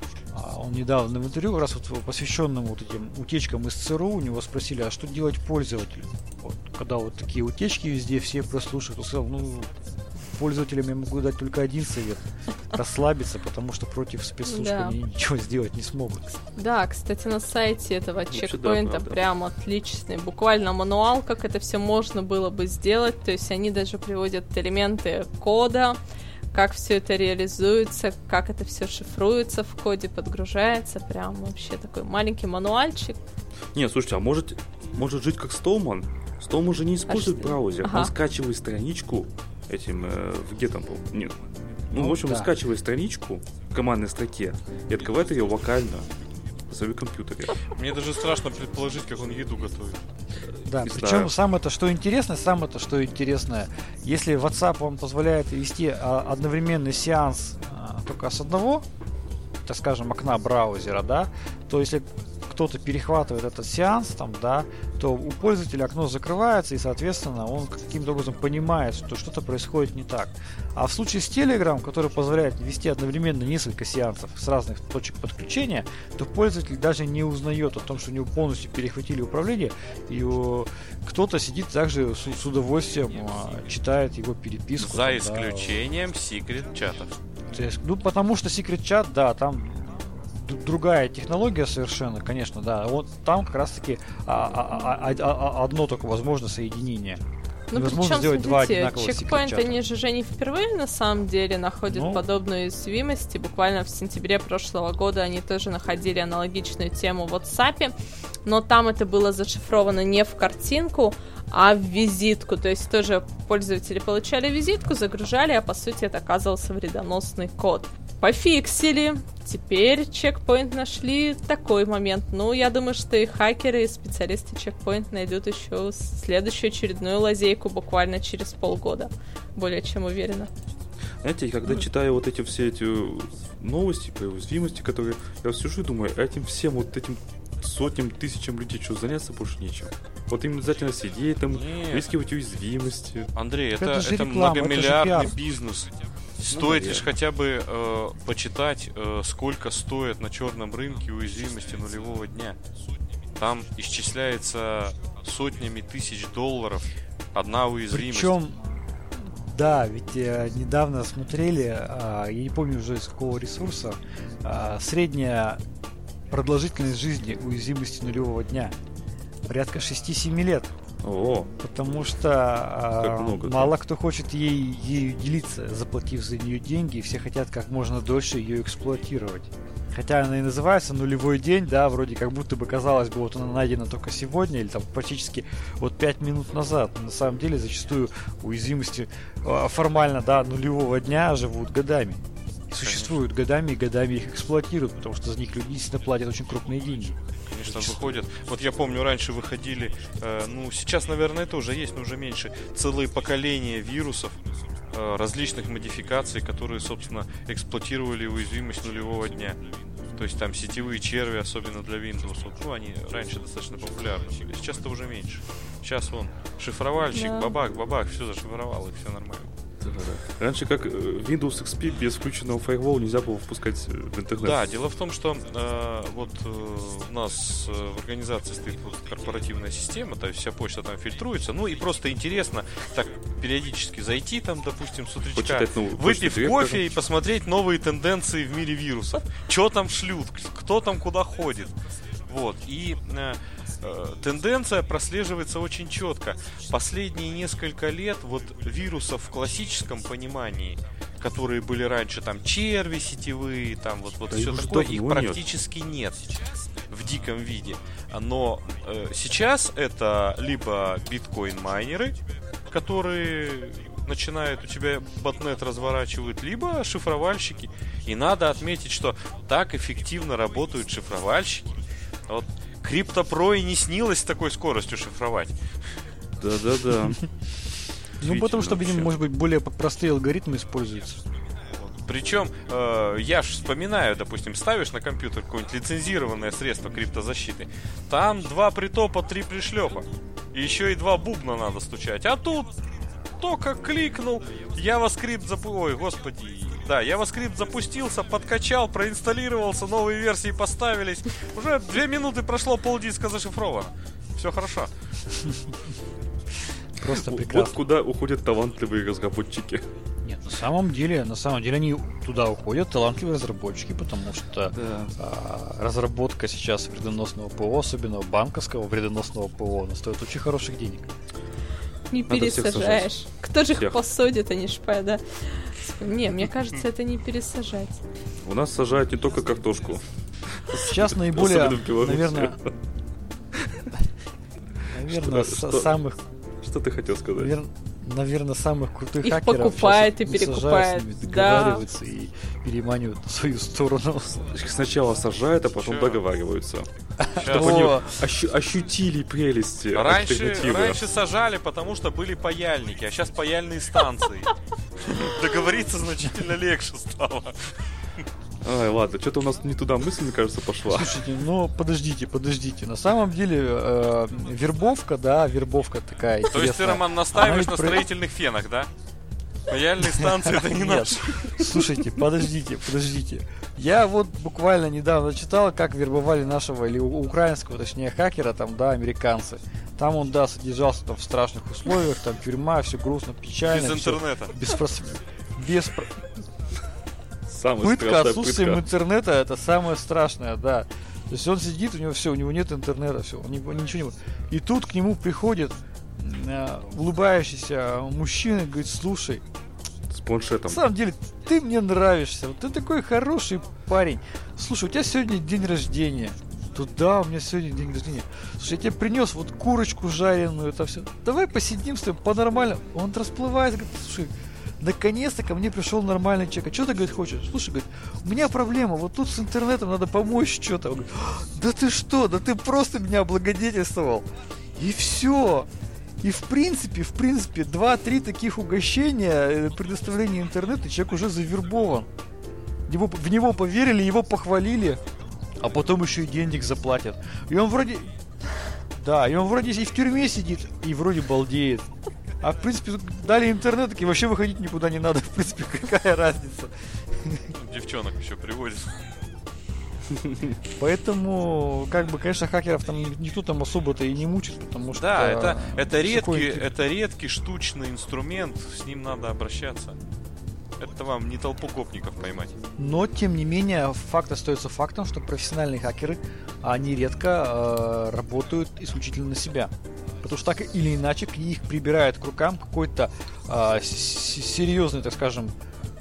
А, он недавно в интервью, как раз вот посвященному вот этим утечкам из ЦРУ, у него спросили, а что делать пользователю? Вот, когда вот такие утечки везде, все прослушают, он сказал, ну, пользователям я могу дать только один совет: расслабиться, потому что против спецслужб Да. они ничего сделать не смогут. Да, кстати, на сайте этого Вообще, да, чекпоинта правда. прям отличный, буквально мануал, как это все можно было бы сделать. То есть они даже приводят элементы кода, как все это реализуется, как это все шифруется в коде, подгружается. Прям вообще такой маленький мануальчик. Не, слушайте, а может, может жить как Столман? Столман же не использует что? браузер. Ага. Он скачивает страничку этим э, в гетом. Нет. Ну, Ну, в общем, да. скачивает страничку в командной строке и открывает ее локально на своем компьютере. Мне даже страшно предположить, как он еду готовит. Да, Не причем знаю. самое-то, что интересно, самое-то, что интересное, если WhatsApp вам позволяет вести а, одновременный сеанс а, только с одного, так скажем, окна браузера, да, то если кто-то перехватывает этот сеанс, там, да, то у пользователя окно закрывается, и, соответственно, он каким-то образом понимает, что что-то происходит не так. А в случае с Telegram, который позволяет вести одновременно несколько сеансов с разных точек подключения, то пользователь даже не узнает о том, что у него полностью перехватили управление, и о, кто-то сидит также с, с удовольствием, а, читает его переписку. За там, да. исключением секрет-чатов. То есть, ну, потому что Secret Chat, да, там д- другая технология совершенно, конечно, да. Вот там как раз-таки а, а, а, а, а, одно только возможно соединение. Ну, Невозможно причем, сделать два смотрите, одинаковых чекпоинт, секрет-чата. они же же не впервые на самом деле находят Ну. подобные уязвимости. Буквально в сентябре прошлого года они тоже находили аналогичную тему в WhatsApp, но там это было зашифровано не в картинку, а в визитку. То есть тоже пользователи получали визитку, загружали, а по сути это оказывался вредоносный код. Пофиксили. Теперь чекпоинт нашли такой момент. Ну, я думаю, что и хакеры, и специалисты чекпоинт найдут еще следующую очередную лазейку буквально через полгода. Более чем уверена. Знаете, когда читаю вот эти все эти новости про уязвимости, которые я сижу и думаю, этим всем вот этим сотням, тысячам людей что, заняться больше нечем. Вот им обязательно сидеть там, Нет. выискивать уязвимости. Андрей, Так это, это же это реклама, это же многомиллиардный пиар. бизнес. Ну, Стоит наверное. лишь хотя бы э, почитать, э, сколько стоит на черном рынке уязвимости нулевого дня. Там исчисляется сотнями тысяч долларов одна уязвимость. Причем, да, ведь э, недавно смотрели, э, я не помню уже из какого ресурса, э, средняя продолжительность жизни уязвимости нулевого дня порядка шесть-семь лет. О, Потому что э, много-то. мало кто хочет ей, ею делиться, заплатив за нее деньги, и все хотят как можно дольше ее эксплуатировать. Хотя она и называется нулевой день, да, вроде как будто бы казалось бы, вот она найдена только сегодня или там практически вот пять минут назад. Но на самом деле зачастую уязвимости э, формально, да, нулевого дня живут годами. И существуют годами и годами их эксплуатируют, потому что за них люди действительно платят очень крупные деньги. Конечно, выходят. Вот я помню, раньше выходили, э, ну, сейчас, наверное, это уже есть, но уже меньше, целые поколения вирусов, э, различных модификаций, которые, собственно, эксплуатировали уязвимость нулевого дня. То есть там сетевые черви, особенно для Windows, вот, ну, они раньше достаточно популярны были. Сейчас это уже меньше. Сейчас вон, шифровальщик, Да. бабах, бабах, все зашифровал, и все нормально. да-да-да. Раньше как э, Windows икс пи без включенного фаервола нельзя было впускать э, в интернет. Да, дело в том, что э, вот э, у нас э, в организации стоит вот корпоративная система, то есть вся почта там фильтруется, ну и просто интересно так периодически зайти там, допустим, с утречка, Почитать, ну, выпив почту кофе директора. и посмотреть новые тенденции в мире вирусов. Что там шлют, кто там куда ходит. Вот, и э, э, тенденция прослеживается очень четко. Последние несколько лет вот вирусов в классическом понимании, которые были раньше, там черви сетевые, там вот, вот Да все их такое, уже их давно нет. практически нет в диком виде. Но э, сейчас это либо биткоин-майнеры, которые начинают у тебя ботнет разворачивают, либо шифровальщики. И надо отметить, что так эффективно работают шифровальщики. Вот CryptoPro и не снилось с такой скоростью шифровать. Да-да-да. Ну, потому что, вообще. видимо, может быть, более простые алгоритмы используются. Причем, э, я ж вспоминаю, допустим, ставишь на компьютер какое-нибудь лицензированное средство криптозащиты, там два притопа, три пришлепа. И еще и два бубна надо стучать. А тут только кликнул, JavaScript запу... Ой, господи. Да, JavaScript запустился, подкачал, проинсталлировался, новые версии поставились. Уже две минуты прошло, полдиска зашифровано. Все хорошо. Просто Вот прекрасно. куда уходят талантливые разработчики. Нет, на самом деле, на самом деле они туда уходят, талантливые разработчики, потому что Да. а, разработка сейчас вредоносного ПО, особенно банковского вредоносного ПО, она стоит очень хороших денег. Не Надо всех пересажаешь. Кто же их Всех. посадит, они шпая, да? Не, мне кажется, это не пересажать. У нас сажают не только картошку. Сейчас наиболее, Особенно в Беларуси. наверное, наверное, Что- со- что? самых, Что ты хотел сказать? навер- наверное, самых крутых Их хакеров покупает сейчас и не сажают перекупает, с ними, да. договариваются и переманивают на свою сторону. Сначала сажают, а потом Чё? договариваются. Сейчас Чтобы они О, ощу- ощутили прелести Раньше, альтернативы. раньше сажали, потому что были паяльники, а сейчас паяльные станции. Договориться значительно легче стало. Ай, ладно, что-то у нас не туда мысль, мне кажется, пошла. Слушайте, ну подождите, подождите. На самом деле э, вербовка, да, вербовка такая. То есть ты, интересная. Роман, настаиваешь Она ведь на про- строительных фенах, да? Паяльные станции это не Нет. наш. Слушайте, подождите, подождите. Я вот буквально недавно читал, как вербовали нашего или у- украинского, точнее, хакера, там, да, американцы. Там он, да, содержался там в страшных условиях, там тюрьма, все грустно, печально. Без всё интернета. Беспрос... Без... Самая Пытка страшная отсутствием пытка. интернета это самое страшное, да. То есть он сидит, у него все, у него нет интернета, все, у него ничего не. И тут к нему приходит э, улыбающийся мужчина и говорит: слушай, С планшетом. на самом деле ты мне нравишься, вот ты такой хороший парень. Слушай, у тебя сегодня день рождения. Тут да, у меня сегодня день рождения. Слушай, я тебе принес вот курочку жареную, это все. Давай посидим с тобой по-нормально. Он расплывается, говорит: слушай, наконец-то ко мне пришел нормальный человек. А что ты, говорит, хочешь? Слушай, говорит, у меня проблема, вот тут с интернетом надо помочь что-то. Он говорит: да ты что, да ты просто меня облагодетельствовал. И все. И в принципе, в принципе, два-три таких угощения, э, предоставления интернета, и человек уже завербован. Его, в него поверили, его похвалили, а потом еще и денег заплатят. И он вроде... Да, и он вроде и в тюрьме сидит, и вроде балдеет. А в принципе, дали интернет, так и вообще выходить никуда не надо. В принципе, какая разница? Девчонок еще приводят. Поэтому, как бы, конечно, хакеров там никто там особо-то и не мучит, потому что... Да, это, это, редкий, такой... это редкий штучный инструмент, с ним надо обращаться. Это вам не толпу гопников поймать. Но, тем не менее, факт остается фактом, что профессиональные хакеры, они редко э, работают исключительно на себя. Потому что так или иначе к их прибирает к рукам какой-то э, серьезный, так скажем,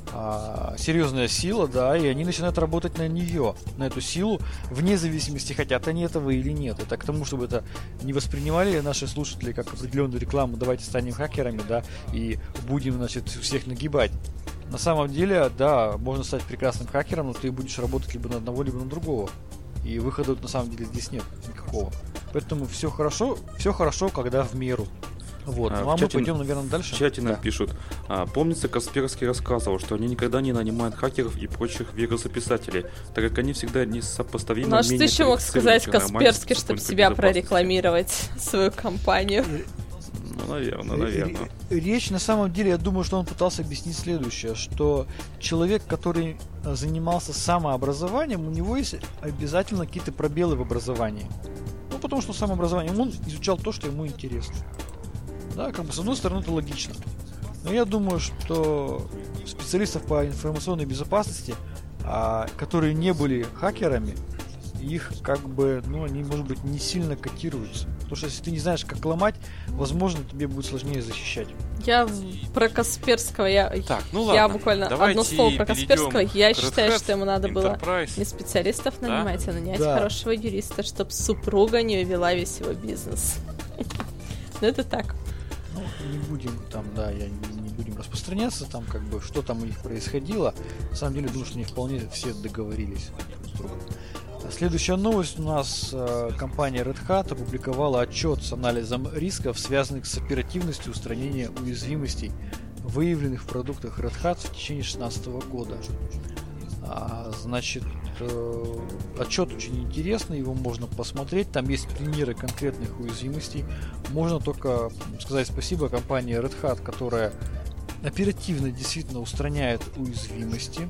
э, серьезная сила, да, и они начинают работать на нее, на эту силу, вне зависимости, хотят они этого или нет. Это к тому, чтобы это не воспринимали наши слушатели как определенную рекламу, давайте станем хакерами, да, и будем, значит, всех нагибать. На самом деле, да, можно стать прекрасным хакером, но ты будешь работать либо на одного, либо на другого. И выхода на самом деле здесь нет никакого. Поэтому все хорошо, все хорошо, когда в меру. Вот. А, ну а мы чате, пойдем, наверное, дальше. В чате нам да. пишут. А, помнится, Касперский рассказывал, что они никогда не нанимают хакеров и прочих вирусописателей, так как они всегда несопоставимы. Ну а что еще мог сказать Касперский, чтобы себя прорекламировать, свою компанию? Ну, наверное, наверное. Речь, на самом деле, я думаю, что он пытался объяснить следующее, что человек, который занимался самообразованием, у него есть обязательно какие-то пробелы в образовании. Ну, потому что самообразование, он изучал то, что ему интересно. Да, как бы, с одной стороны, это логично. Но я думаю, что специалистов по информационной безопасности, а, которые не были хакерами, их как бы, ну, они, может быть, не сильно котируются. Потому что если ты не знаешь, как ломать, возможно, тебе будет сложнее защищать. Я про Касперского, я, так, ну я ладно, буквально одно слово про Касперского. Я считаю, что ему надо было не специалистов нанимать, да? а нанять да. хорошего юриста, чтобы супруга не вела весь его бизнес. Ну, это так. Ну, не будем там, да, я не, не будем распространяться, там, как бы, что там у них происходило. На самом деле, думаю, что они вполне все договорились друг с другом. Следующая новость у нас. Компания Red Hat опубликовала отчет с анализом рисков, связанных с оперативностью устранения уязвимостей, выявленных в продуктах Red Hat в течение две тысячи шестнадцатого года. Значит, отчет очень интересный, его можно посмотреть, там есть примеры конкретных уязвимостей. Можно только сказать спасибо компании Red Hat, которая оперативно действительно устраняет уязвимости.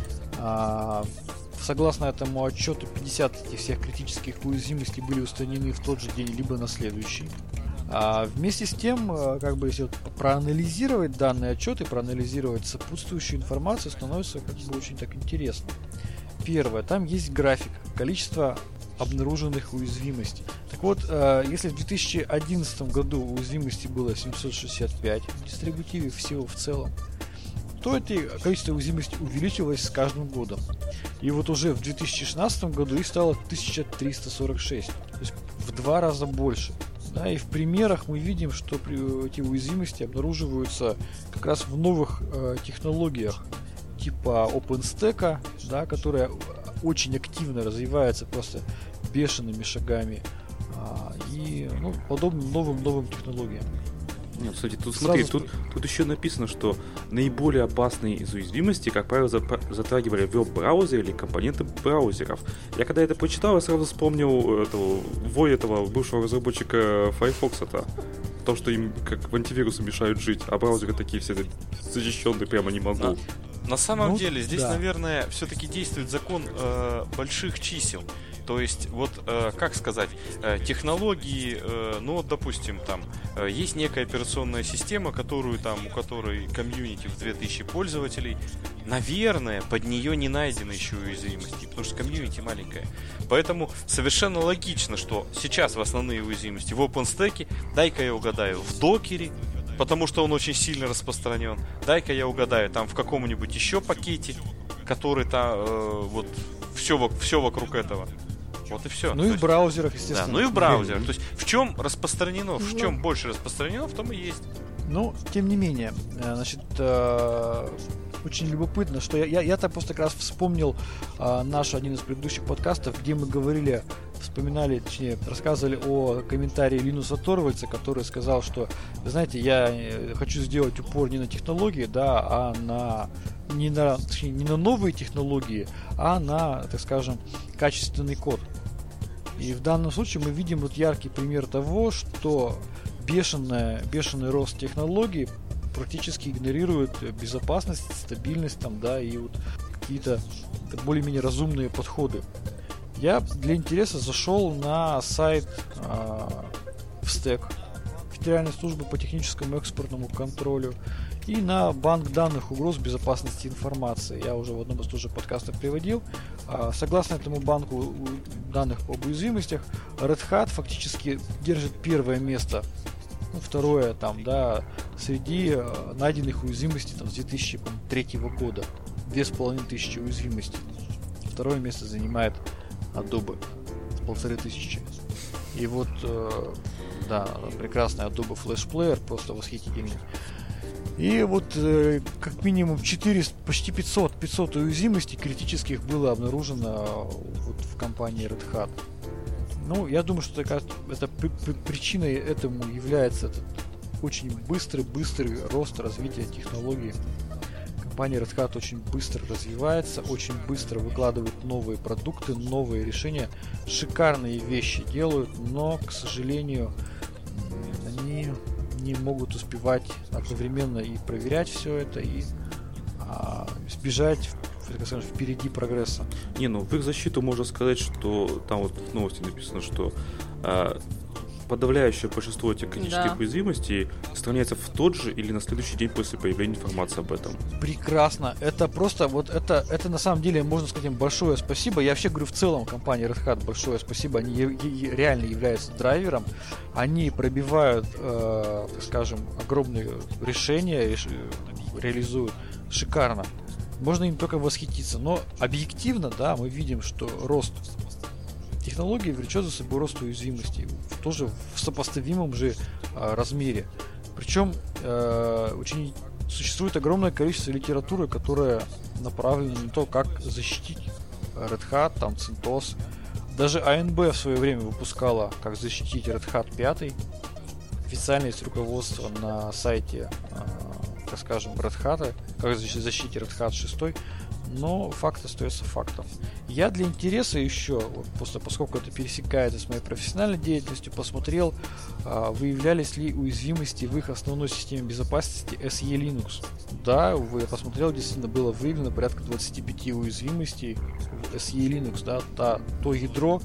Согласно этому отчету, пятьдесят этих всех критических уязвимостей были устранены в тот же день, либо на следующий. А вместе с тем, как бы, если вот проанализировать данный отчет и проанализировать сопутствующую информацию, становится как бы очень так интересно. Первое, там есть график, количество обнаруженных уязвимостей. Так вот, если в две тысячи одиннадцатом году уязвимостей было семьсот шестьдесят пять в дистрибутиве всего в целом, то это количество уязвимостей увеличилось с каждым годом. И вот уже в две тысячи шестнадцатом году их стало тысяча триста сорок шесть, то есть в два раза больше. Да, и в примерах мы видим, что эти уязвимости обнаруживаются как раз в новых э, технологиях типа OpenStack, да, которая очень активно развивается просто бешеными шагами, а, и ну, подобным новым-новым технологиям. Нет, кстати, тут смотри, тут, тут еще написано, что наиболее опасные из уязвимостей, как правило, затрагивали веб-браузеры или компоненты браузеров. Я когда это прочитал, я сразу вспомнил этого, вой этого бывшего разработчика Firefox-то. То, что им как в антивирусу мешают жить, а браузеры такие все защищенные, прямо не могу. На, на самом ну, деле, здесь, да. наверное, все-таки действует закон э, больших чисел. То есть, вот, э, как сказать, э, технологии, э, ну, вот, допустим, там, э, есть некая операционная система, которую там, у которой комьюнити в две тысячи пользователей, наверное, под нее не найдено еще уязвимости, потому что комьюнити маленькая. Поэтому совершенно логично, что сейчас в основные уязвимости в OpenStack, дай-ка я угадаю, в докере, потому что он очень сильно распространен, дай-ка я угадаю, там, в каком-нибудь еще пакете, который там, э, вот, все, все вокруг этого. Вот и все. Ну и в браузерах, естественно. Да, ну и в браузерах. То есть в чем распространено, в чем больше распространено, в том и есть. Ну, тем не менее, значит, очень любопытно, что я, я, я-то просто как раз вспомнил наш один из предыдущих подкастов, где мы говорили, вспоминали, точнее, рассказывали о комментарии Линуса Торвальдса, который сказал, что, вы знаете, я хочу сделать упор не на технологии, да, а на не на, точнее, не на новые технологии, а на, так скажем, качественный код. И в данном случае мы видим вот яркий пример того, что бешеная, бешеный рост технологий практически игнорирует безопасность, стабильность там, да, и вот какие-то более-менее разумные подходы. Я для интереса зашел на сайт э, эф стэк, Федеральной службы по техническому и экспортному контролю, и на банк данных угроз безопасности информации. Я уже в одном из тоже подкастов приводил. Э, согласно этому банку данных об уязвимостях, Red Hat фактически держит первое место, ну, второе там, да, среди э, найденных уязвимостей там, с две тысячи третьего года. Две с половиной тысячи уязвимостей. Второе место занимает Adobe с полторы тысячи. И вот, э, да, прекрасный Adobe Flash Player, просто восхитительный. И вот э, как минимум четыреста, почти пятьсот, пятьсот уязвимостей критических было обнаружено вот в компании Red Hat. Ну, я думаю, что такая, это при, при, причиной этому является этот очень быстрый, быстрый рост развития технологий. Компания Red Hat очень быстро развивается, очень быстро выкладывает новые продукты, новые решения, шикарные вещи делают, но, к сожалению, они не могут успевать одновременно и проверять все это, и а, избежать, так скажем, впереди прогресса. Не, ну в их защиту можно сказать, что там вот в новости написано, что а, подавляющее большинство этих критических да. уязвимостей устраняется в тот же или на следующий день после появления информации об этом. Прекрасно. Это просто, вот это, это на самом деле, можно сказать им большое спасибо. Я вообще говорю, в целом компании Red Hat большое спасибо. Они е- е- реально являются драйвером. Они пробивают, э, так скажем, огромные решения, реш- реализуют шикарно. Можно им только восхититься. Но объективно, да, мы видим, что рост технологии влечет за собой рост уязвимостей, тоже в сопоставимом же э, размере. Причем э, очень существует огромное количество литературы, которая направлена на то, как защитить Red Hat, там CentOS. Даже эй эн би в свое время выпускала, как защитить Red Hat пять. Официально есть руководство на сайте, э, так скажем, Red Hat, как защитить Red Hat шесть. Но факт остается фактом. Я для интереса еще, вот, просто поскольку это пересекается с моей профессиональной деятельностью, посмотрел, а, выявлялись ли уязвимости в их основной системе безопасности эс и Linux. Да, я посмотрел, действительно было выявлено порядка двадцать пять уязвимостей в эс и Linux, да, та, то ядро,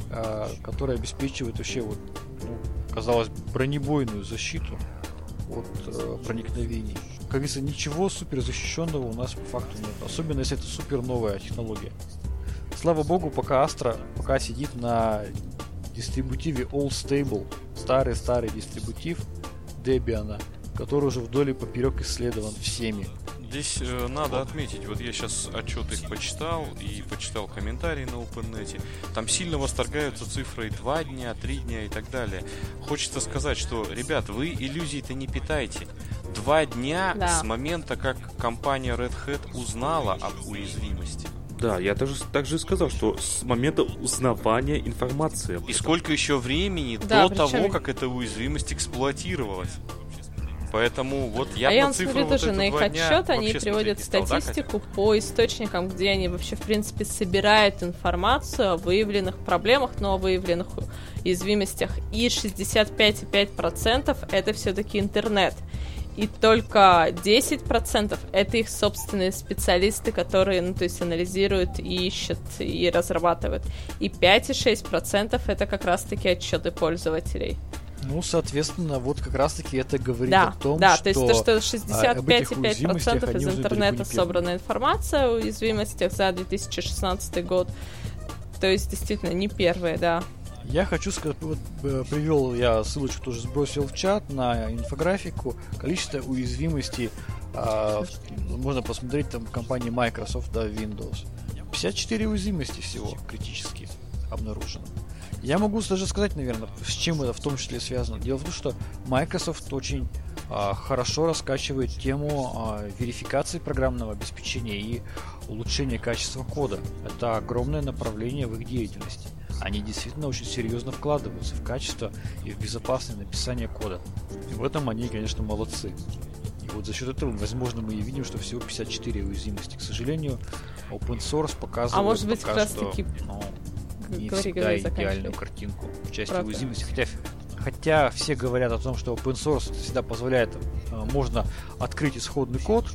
а, которое обеспечивает вообще, вот, ну, казалось, бронебойную защиту от а, проникновений. Как говорится, ничего супер защищенного у нас по факту нет. Особенно если это супер новая технология. Слава богу, пока Astra пока сидит на дистрибутиве All Stable. Старый-старый дистрибутив Debian, который уже вдоль и поперек исследован всеми. Здесь э, надо отметить, вот я сейчас отчет их почитал и почитал комментарии на OpenNet. Там сильно восторгаются цифрой два дня, три дня и так далее. Хочется сказать, что, ребят, вы иллюзий-то не питайте. Два дня да. с момента, как компания Red Hat узнала об уязвимости. Да, я даже также и сказал, что с момента узнавания информации. И сколько еще времени да, до причем... того, как эта уязвимость эксплуатировалась. Поэтому вот я а я на цифру смотрю вот тоже на их отчет, они приводят стал, статистику да, по источникам, где они вообще, в принципе, собирают информацию о выявленных проблемах, но о выявленных уязвимостях. И шестьдесят пять целых пять десятых процента это все-таки интернет. И только десять процентов это их собственные специалисты, которые, ну, то есть анализируют и ищут, и разрабатывают. И пять целых шесть десятых процента это как раз-таки отчеты пользователей. Ну, соответственно, вот как раз-таки это говорит да, о том, да, что... Да, то есть то, что шестьдесят пять целых пять десятых процента из интернета собрана информация о уязвимостях за две тысячи шестнадцатый год. То есть, действительно, не первые, да. Я хочу сказать, вот привел я ссылочку, тоже сбросил в чат на инфографику. Количество уязвимостей а, можно посмотреть там в компании Microsoft, да, Windows. пятьдесят четыре уязвимости всего критически обнаружено. Я могу даже сказать, наверное, с чем это в том числе связано. Дело в том, что Microsoft очень а, хорошо раскачивает тему а, верификации программного обеспечения и улучшения качества кода. Это огромное направление в их деятельности. Они действительно очень серьезно вкладываются в качество и в безопасное написание кода. И в этом они, конечно, молодцы. И вот за счет этого, возможно, мы и видим, что всего пятьдесят четыре уязвимости. К сожалению, open source показывает а может быть, пока как раз что таки... ну, не говори, всегда говори, идеальную картинку в части Правда. уязвимости. Хотя, хотя все говорят о том, что open source всегда позволяет, можно открыть исходный код,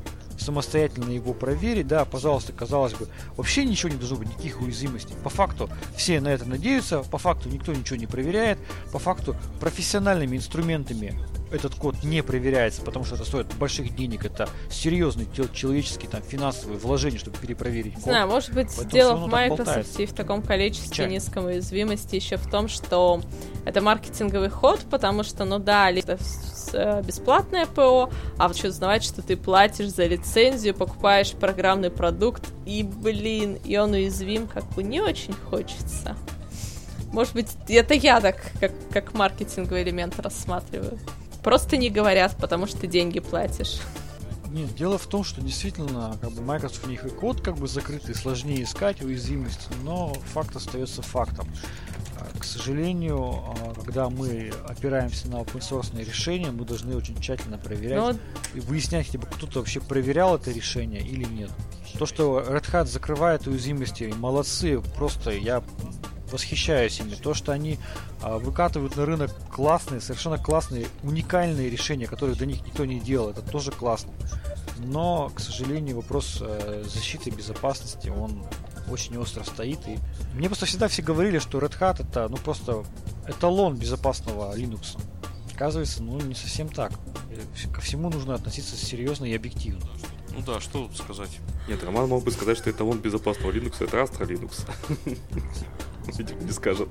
самостоятельно его проверить, да, пожалуйста, казалось бы, вообще ничего не должно быть, никаких уязвимостей. По факту все на это надеются, по факту никто ничего не проверяет, по факту профессиональными инструментами этот код не проверяется, потому что это стоит больших денег, это серьезные человеческие, там, финансовые вложения, чтобы перепроверить код. Не знаю, может быть, Поэтому дело в Microsoft Microsoft и в таком количестве Печально. низкой уязвимости еще в том, что это маркетинговый ход, потому что, ну да, это бесплатное ПО, а вы что узнавать, что ты платишь за лицензию, покупаешь программный продукт, и, блин, и он уязвим, как бы не очень хочется. Может быть, это я так, как, как маркетинговый элемент рассматриваю. Просто не говорят, потому что ты деньги платишь. Нет, дело в том, что действительно, как бы Microsoft у них и код как бы закрытый, сложнее искать уязвимости, но факт остается фактом. К сожалению, когда мы опираемся на open-source решения, мы должны очень тщательно проверять но... и выяснять, либо кто-то вообще проверял это решение или нет. То, что Red Hat закрывает уязвимости, молодцы, просто я восхищаюсь ими. То, что они а, выкатывают на рынок классные, совершенно классные, уникальные решения, которые до них никто не делал, это тоже классно. Но, к сожалению, вопрос э, защиты и безопасности, он очень остро стоит. И мне просто всегда все говорили, что Red Hat это ну просто эталон безопасного Linux. Оказывается, ну не совсем так. Ко всему нужно относиться серьезно и объективно. Ну да, что тут сказать? Нет, Роман мог бы сказать, что эталон безопасного Linux это Astra Linux. Видимо, не скажет.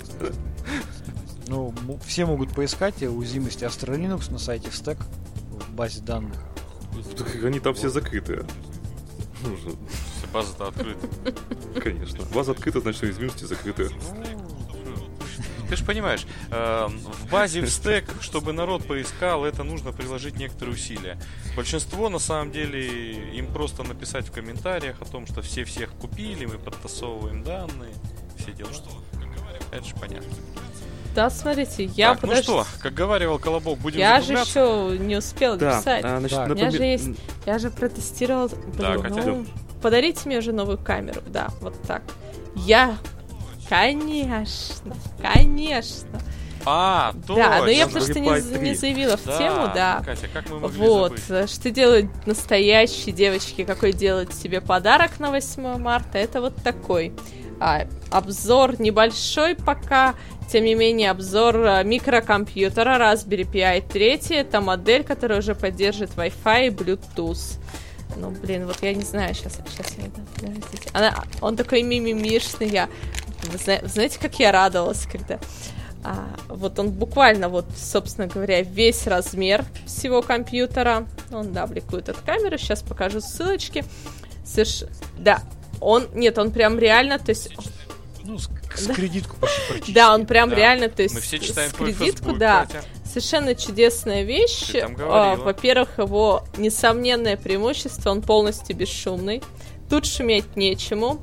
Ну, все могут поискать уязвимости Astra Linux на сайте в Stack в базе данных. Они там все закрытые. База-то открыта. Конечно. База открыта, значит, уязвимости закрыты. Ты же понимаешь, э, в базе в стек, чтобы народ поискал, это нужно приложить некоторые усилия. Большинство, на самом деле, им просто написать в комментариях о том, что все всех купили, мы подтасовываем данные, все дела. Это же понятно. Да, смотрите, я так, подожди... ну что, как говаривал Колобок, будем Я же закругляться? еще не успел да, написать. А, значит, да. У меня напомни... же есть... Я же протестировал... Да, Блин, Катя. ну, подарите мне уже новую камеру. Да, вот так. Я... Конечно, конечно. А, точно. Да, но я Там потому что Prepay не, не заявила в Да, тему, да. Катя, как мы могли Вот, забыть? что делают настоящие девочки, какой делают себе подарок на восьмое марта, это вот такой. А, обзор небольшой пока, тем не менее, обзор а, микрокомпьютера Raspberry Pi три. Это модель, которая уже поддерживает Wi-Fi и Bluetooth. Ну, блин, вот я не знаю, сейчас, сейчас я... Подождите. Она, он такой мимимишный, я... Вы знаете, как я радовалась, когда... А, вот он буквально, вот, собственно говоря, весь размер всего компьютера. Он, да, бликует от камеры. Сейчас покажу ссылочки. Соверш... Да, он... Нет, он прям реально, то есть... Ну, с, с кредитку почти практически. Да, он прям Да. реально, то есть... Мы все читаем с твой кредитку, фейсбук, да. Катя. Совершенно чудесная вещь. Ты там А, говорила. во-первых, его несомненное преимущество, он полностью бесшумный. Тут шуметь нечему.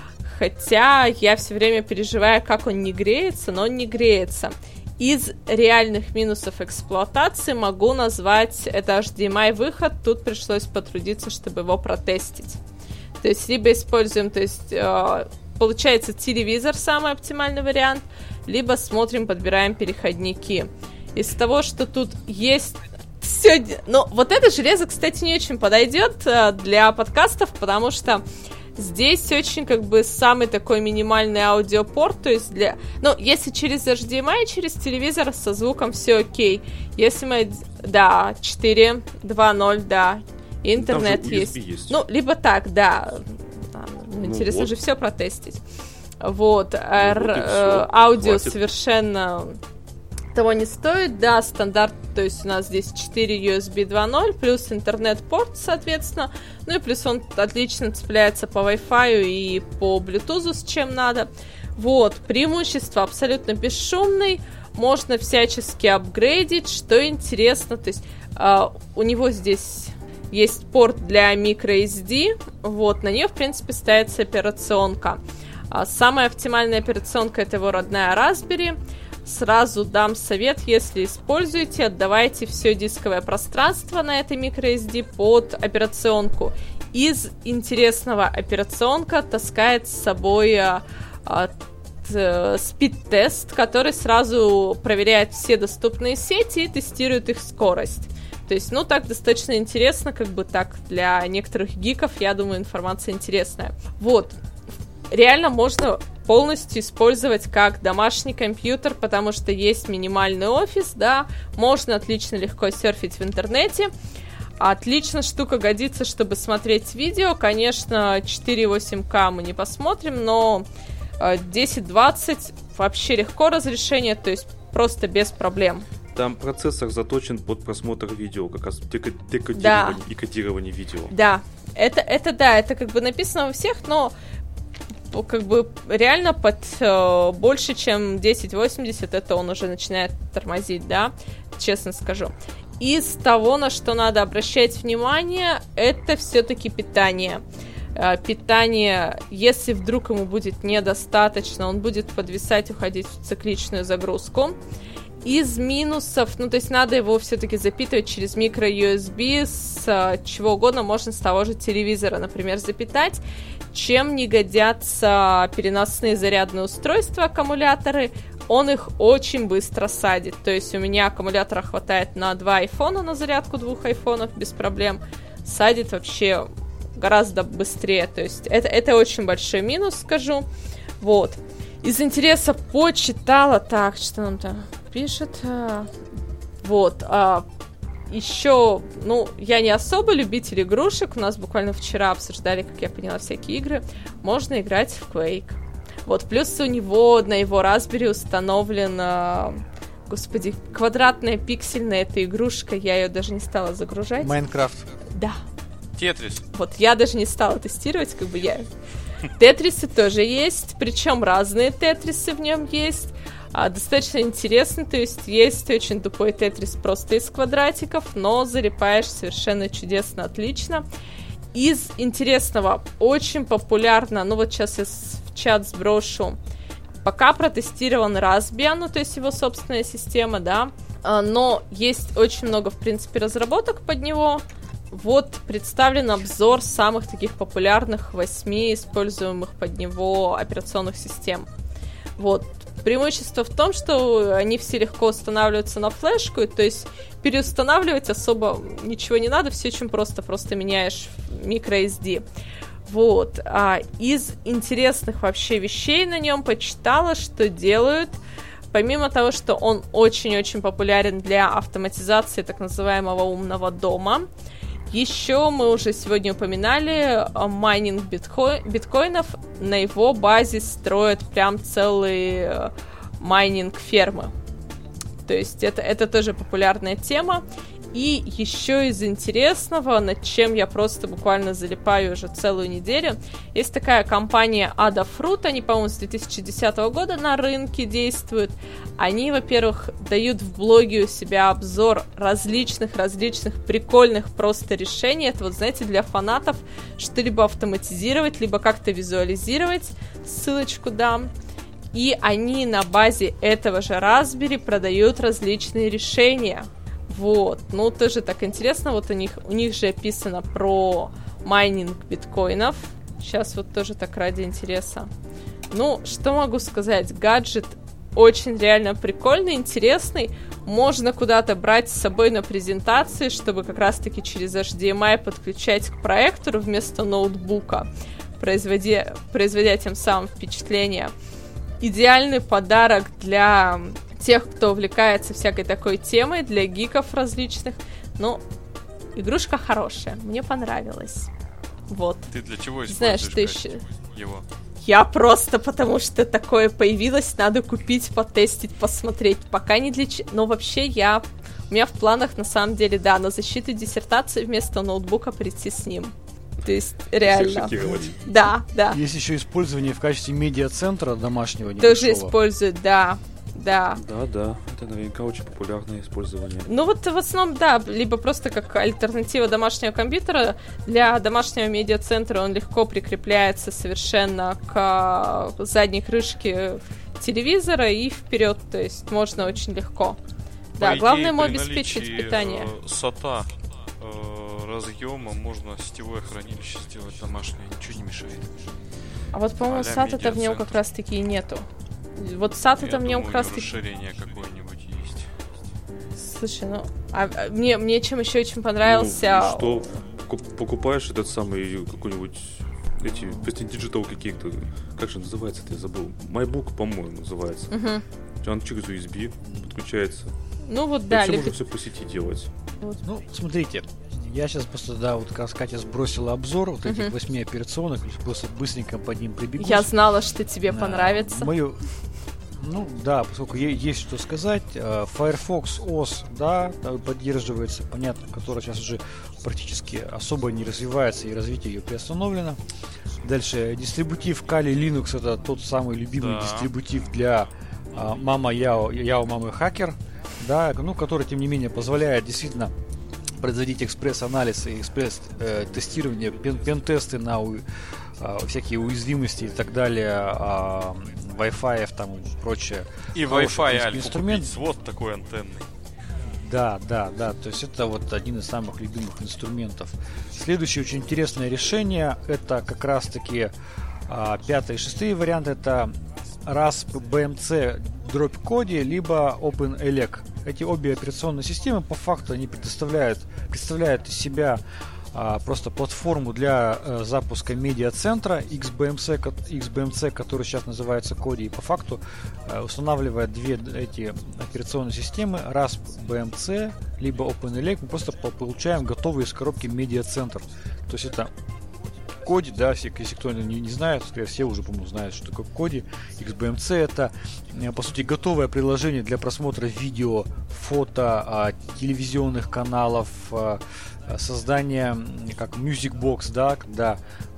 Хотя я все время переживаю, как он не греется, но он не греется. Из реальных минусов эксплуатации могу назвать это эйч ди эм ай-выход. Тут пришлось потрудиться, чтобы его протестить. То есть либо используем, то есть э, получается телевизор самый оптимальный вариант, либо смотрим, подбираем переходники. Из того, что тут есть... Все... Ну, вот это железо, кстати, не очень подойдет э, для подкастов, потому что здесь очень, как бы, самый такой минимальный аудиопорт, то есть для... Ну, если через эйч ди эм ай, через телевизор со звуком все окей. Если мы... Да, четыре, два ноль, да. Интернет есть. есть. Ну, либо так, да. Ну, интересно вот. же все протестить. Вот. Ну, Р- вот и э, всё. аудио Хватит. совершенно того не стоит. Да, стандарт, то есть у нас здесь четыре ю эс би два ноль, плюс интернет-порт, соответственно. Ну и плюс он отлично цепляется по Wi-Fi и по Bluetooth, с чем надо. Вот. Преимущество абсолютно бесшумный. Можно всячески апгрейдить, что интересно. То есть э, у него здесь... Есть порт для microSD, вот, на нее, в принципе, ставится операционка. А самая оптимальная операционка — это его родная Raspberry. Сразу дам совет, если используете, отдавайте все дисковое пространство на этой microSD под операционку. Из интересного, операционка таскает с собой а, а, т, спид-тест, который сразу проверяет все доступные сети и тестирует их скорость. То есть, ну, так достаточно интересно, как бы так, для некоторых гиков, я думаю, информация интересная. Вот. Реально можно полностью использовать как домашний компьютер, потому что есть минимальный офис, да, можно отлично легко серфить в интернете. Отлично штука годится, чтобы смотреть видео. Конечно, четыре восемь ка мы не посмотрим, но десять двадцать вообще легко разрешение, то есть просто без проблем. Там процессор заточен под просмотр видео, как раз дека- декодирование Да. и кодирование видео. Да, это, это да, это как бы написано у всех, но как бы реально под э, больше, чем десять восемьдесят, это он уже начинает тормозить, да, честно скажу. Из того, на что надо обращать внимание, это все-таки питание. Э, питание, если вдруг ему будет недостаточно, он будет подвисать, уходить в цикличную загрузку. Из минусов, ну, то есть надо его все-таки запитывать через микро-ю эс би, с а, чего угодно, можно с того же телевизора, например, запитать. Чем не годятся переносные зарядные устройства, аккумуляторы, он их очень быстро садит. То есть у меня аккумулятора хватает на два айфона, на зарядку двух айфонов без проблем. Садит вообще гораздо быстрее. То есть это, это очень большой минус, скажу. Вот. Из интереса почитала, так, что нам там пишет. Вот. А, еще, ну, я не особо любитель игрушек. У нас буквально вчера обсуждали, как я поняла, всякие игры. Можно играть в Quake. Вот. Плюс у него на его Raspberry установлена, господи, квадратная пиксельная эта игрушка. Я ее даже не стала загружать. Майнкрафт. Да. Тетрис. Вот, я даже не стала тестировать, как бы я... Тетрисы тоже есть, причем разные тетрисы в нем есть. А, достаточно интересно, то есть есть очень тупой тетрис просто из квадратиков, но залипаешь совершенно чудесно, отлично. Из интересного, очень популярно, ну вот сейчас я в чат сброшу, пока протестирован Raspbian, ну то есть его собственная система, да, а, но есть очень много, в принципе, разработок под него. Вот представлен обзор самых таких популярных восьми используемых под него операционных систем. Вот. Преимущество в том, что они все легко устанавливаются на флешку, то есть переустанавливать особо ничего не надо, все очень просто, просто меняешь microSD. Вот. А из интересных вообще вещей на нем почитала, что делают. Помимо того, что он очень-очень популярен для автоматизации так называемого умного дома, еще мы уже сегодня упоминали майнинг битко... биткоинов. На его базе строят прям целые майнинг фермы. То есть это, это тоже популярная тема. И еще из интересного, над чем я просто буквально залипаю уже целую неделю, есть такая компания Adafruit, они, по-моему, с две тысячи десятого года на рынке действуют. Они, во-первых, дают в блоге у себя обзор различных-различных прикольных просто решений. Это вот, знаете, для фанатов что-либо автоматизировать, либо как-то визуализировать. Ссылочку дам. И они на базе этого же Raspberry продают различные решения. Вот, ну тоже так интересно, вот у них, у них же описано про майнинг биткоинов. Сейчас вот тоже так ради интереса. Ну, что могу сказать, гаджет очень реально прикольный, интересный. Можно куда-то брать с собой на презентации, чтобы как раз-таки через эйч ди эм ай подключать к проектору вместо ноутбука, производя, производя тем самым впечатление. Идеальный подарок для тех, кто увлекается всякой такой темой, для гиков различных. Ну, игрушка хорошая, мне понравилась. Вот. Ты для чего используешь, знаешь, ты еще... его? Я просто потому, что такое появилось, надо купить, потестить, посмотреть. Пока не для чего. Но вообще я... У меня в планах, на самом деле, да, на защиту диссертации вместо ноутбука прийти с ним. То есть, реально. Да, да. Есть еще использование в качестве медиацентра домашнего. Тоже используют, да. Да. Да, да, это наверняка очень популярное использование. Ну вот в основном, да, либо просто как альтернатива домашнего компьютера. Для домашнего медиацентра он легко прикрепляется совершенно к задней крышке телевизора и вперед, то есть можно очень легко. По да, идее, главное ему при обеспечить наличии, питание. Э, сата э, разъема можно сетевое хранилище сделать домашнее, ничего не мешает. А вот, по-моему, сата-то в нем как раз-таки и нету. Вот сата-то в нем как раз таки... расширение какое-нибудь есть. Слушай, ну... А, а, мне, мне чем еще очень понравился... Ну, что, покупаешь этот самый какой-нибудь... Эти Western Digital какие-то... Как же называется это, я забыл. MyBook, по-моему, называется. Угу. Он через ю эс би подключается. Ну вот да. Вообще либо... можно все по сети делать. Вот. Ну, смотрите, я сейчас просто, да, вот как Катя сбросила обзор вот этих восьми операционных, просто быстренько под ним прибегу. Я знала, что тебе а, понравится. Мою... Ну да, поскольку есть что сказать, Firefox о эс, да, поддерживается, понятно, который сейчас уже практически особо не развивается и развитие ее приостановлено. Дальше, дистрибутив Kali Linux, это тот самый любимый да. дистрибутив для а, мама Яо, Яо мамы Хакер, да, ну, который, тем не менее, позволяет действительно производить экспресс-анализ и экспресс-тестирование, пен- пен-тесты на у, а, всякие уязвимости и так далее, а, Wi-Fi там и прочее. И Wi-Fi альфу инструмент. Купить, вот такой антенный. Да, да, да, то есть это вот один из самых любимых инструментов. Следующее очень интересное решение, это как раз таки а, пятый и шестые варианты, это расп би эм си дробь Kodi, либо OpenELEC. Эти обе операционные системы по факту они предоставляют, представляют из себя а, просто платформу для а, запуска медиацентра икс би эм си, икс би эм си, который сейчас называется Kodi, и по факту а, устанавливая две эти операционные системы, расп би эм си либо OpenELEC, мы просто получаем готовый из коробки медиацентр. То есть это Kodi, да, если, если кто не, не знает, все уже, по-моему, знают, что такое Kodi. икс би эм си это, по сути, готовое приложение для просмотра видео, фото, а, телевизионных каналов, а, создание как Music Box, да, когда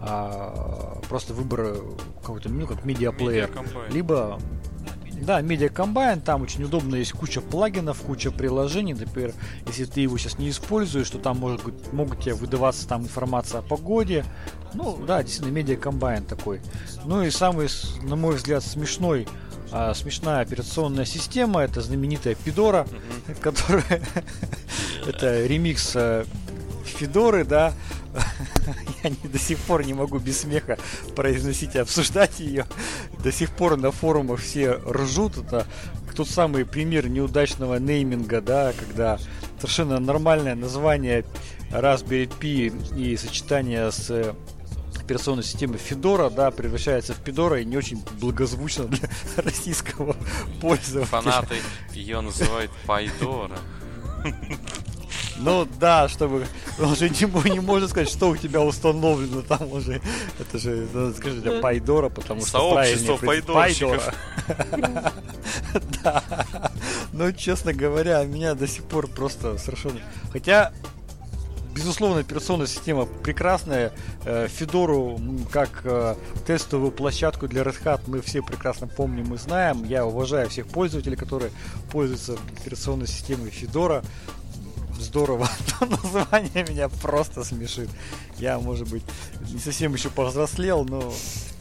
а, просто выбор какой-то, ну, как медиаплеер, либо да, Media Combine, там очень удобно, есть куча плагинов, куча приложений. Например, если ты его сейчас не используешь, то там может быть, могут тебе выдаваться там информация о погоде. Ну, да, действительно, Media Combine такой. Ну и самый, на мой взгляд, смешной, а, смешная операционная система, это знаменитая Fedora, mm-hmm. которая это ремикс Федоры, да. Я не, до сих пор не могу без смеха произносить и обсуждать ее. До сих пор на форумах все ржут. Это тот самый пример неудачного нейминга, да, когда совершенно нормальное название Raspberry Pi и сочетание с операционной системой Fedora, да, превращается в Fedora и не очень благозвучно для российского пользователя. Фанаты ее называют Пайдора. Ну да, чтобы он же не, не может сказать, что у тебя установлено там уже. Это же, надо сказать, для Пайдора, потому что сообщество пайдорщиков. Да. Но, честно говоря, меня до сих пор просто совершенно... Хотя, безусловно, операционная система прекрасная. Федору как тестовую площадку для Red Hat мы все прекрасно помним и знаем. Я уважаю всех пользователей, которые пользуются операционной системой Fedora. Здорово, название меня просто смешит. Я, может быть, не совсем еще повзрослел, но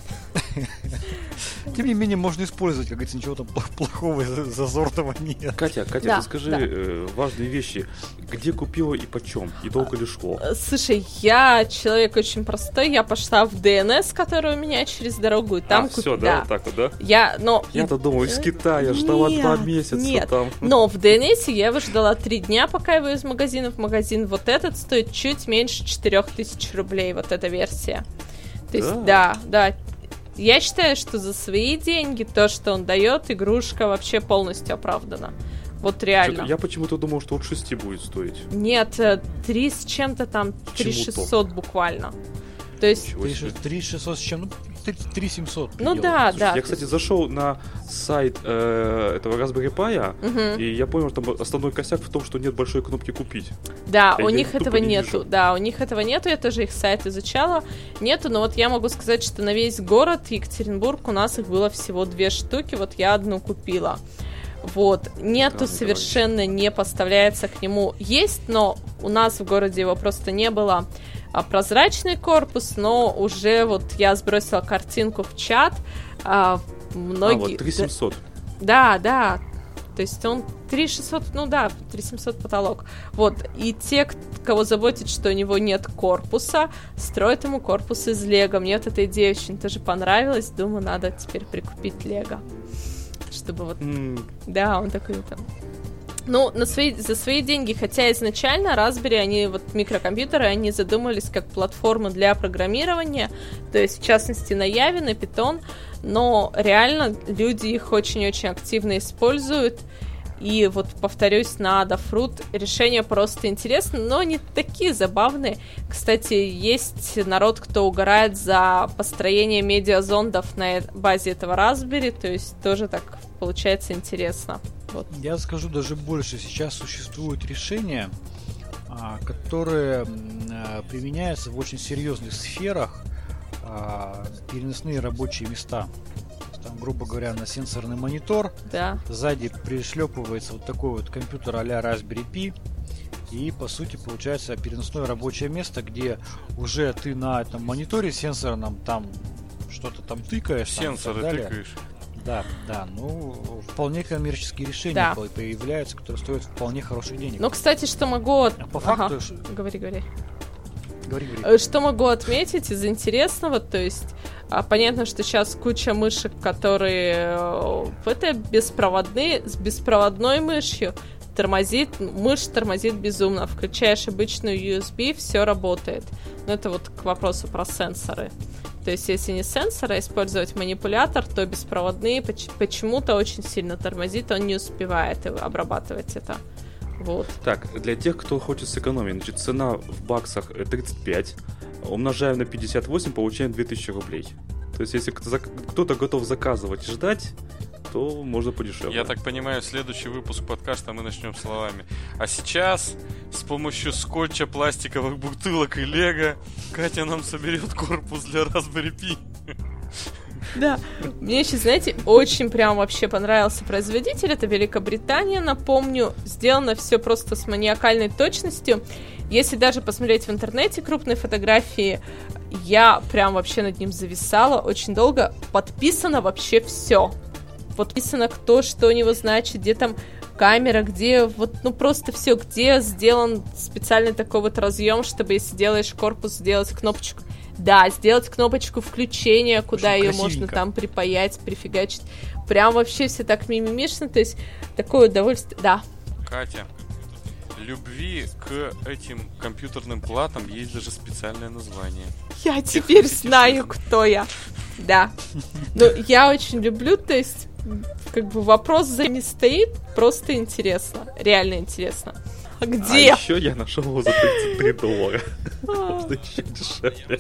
тем не менее можно использовать, как говорится, ничего там плохого, зазорного нет. Катя, Катя, да, ты скажи да. э, важные вещи. Где купила и почем? И долго ли шло? Слушай, я человек очень простой. Я пошла в ди эн эс, который у меня через дорогу, и там а, купила. все, да, вот так вот, да? Я, но... Я-то думал, из Китая, ждала нет, два месяца нет. там. Но в ди эн эс я его ждала три дня, пока его из магазина в магазин. Вот этот стоит чуть меньше четырех тысяч рублей, вот эта версия. То есть, да, да. да. Я считаю, что за свои деньги то, что он дает, игрушка вообще полностью оправдана. Вот реально. Что-то я почему-то думал, что от шести будет стоить. Нет, три с чем-то там, три шестьсот буквально. То есть... три шестьсот с чем? Ну, три семьсот. Ну да, Слушайте, да. Я, кстати, зашел на сайт э, этого Raspberry Pi, угу. и я понял, что там основной косяк в том, что нет большой кнопки «Купить». Да, я у них этого не нету. вижу. Да, у них этого нету, я тоже их сайт изучала. Нету, но вот я могу сказать, что на весь город Екатеринбург у нас их было всего две штуки, вот я одну купила. Вот, нету да, совершенно, не поставляется к нему. Есть, но у нас в городе его просто не было. А, прозрачный корпус, но уже вот я сбросила картинку в чат. А, многие... а вот три семьсот. Да, да. То есть он три шестьсот, ну да, три семьсот потолок. Вот, и те, кого заботит, что у него нет корпуса, строят ему корпус из лего. Мне вот эта идея очень тоже понравилась. Думаю, надо теперь прикупить лего. Чтобы вот... Mm. Да, он такой там... Ну, на свои, за свои деньги, хотя изначально Raspberry, они, вот микрокомпьютеры, они задумались как платформа для программирования, то есть, в частности, на Java, на Python, но реально люди их очень-очень активно используют, и вот, повторюсь, на Adafruit решения просто интересны, но не такие забавные. Кстати, есть народ, кто угорает за построение медиазондов на базе этого Raspberry, то есть тоже так получается интересно. Вот. Я скажу даже больше. Сейчас существуют решения, которые применяются в очень серьезных сферах, переносные рабочие места. Там, грубо говоря, на сенсорный монитор, да. Сзади пришлепывается вот такой вот компьютер а-ля Raspberry Pi, и по сути получается переносное рабочее место, где уже ты на этом мониторе сенсорном там что-то там тыкаешь. Сенсоры там, тыкаешь. Да, да, ну, вполне коммерческие решения да. появляются, которые стоят вполне хороших денег. Ну, кстати, что могу... А по факту... Ага. Говори, говори. Говори, говори. Что могу отметить из интересного, то есть, понятно, что сейчас куча мышек, которые это беспроводные, с беспроводной мышью тормозит, мышь тормозит безумно. Включаешь обычную ю эс би, все работает. Но это вот к вопросу про сенсоры. То есть, если не сенсоры, а использовать манипулятор, то беспроводные почему-то очень сильно тормозит, он не успевает обрабатывать это. Вот. Так, для тех, кто хочет сэкономить, значит, цена в баксах тридцать пять, умножаем на пятьдесят восемь, получаем две тысячи рублей. То есть, если кто-то готов заказывать и ждать, то можно подешевле. Я так понимаю, следующий выпуск подкаста мы начнем словами. А сейчас с помощью скотча, пластиковых бутылок и лего Катя нам соберет корпус для Raspberry Pi. Да, мне еще, знаете, очень прям вообще понравился производитель. Это Великобритания, напомню. Сделано все просто с маниакальной точностью. Если даже посмотреть в интернете крупные фотографии, я прям вообще над ним зависала очень долго. Подписано вообще все. Подписано кто, что у него значит, где там камера, где вот, ну просто все, где сделан специальный такой вот разъем, чтобы если делаешь корпус, сделать кнопочку. Да, сделать кнопочку включения, куда ее можно там припаять, прифигачить. Прям вообще все так мимимишно, то есть такое удовольствие, да. Катя, любви к этим компьютерным платам есть даже специальное название. Я теперь знаю, кто я. Да. Ну, я очень люблю, то есть, как бы вопрос за не стоит, просто интересно. Реально интересно. А где? А еще я нашел его за тридцать три доллара. Что еще дешевле.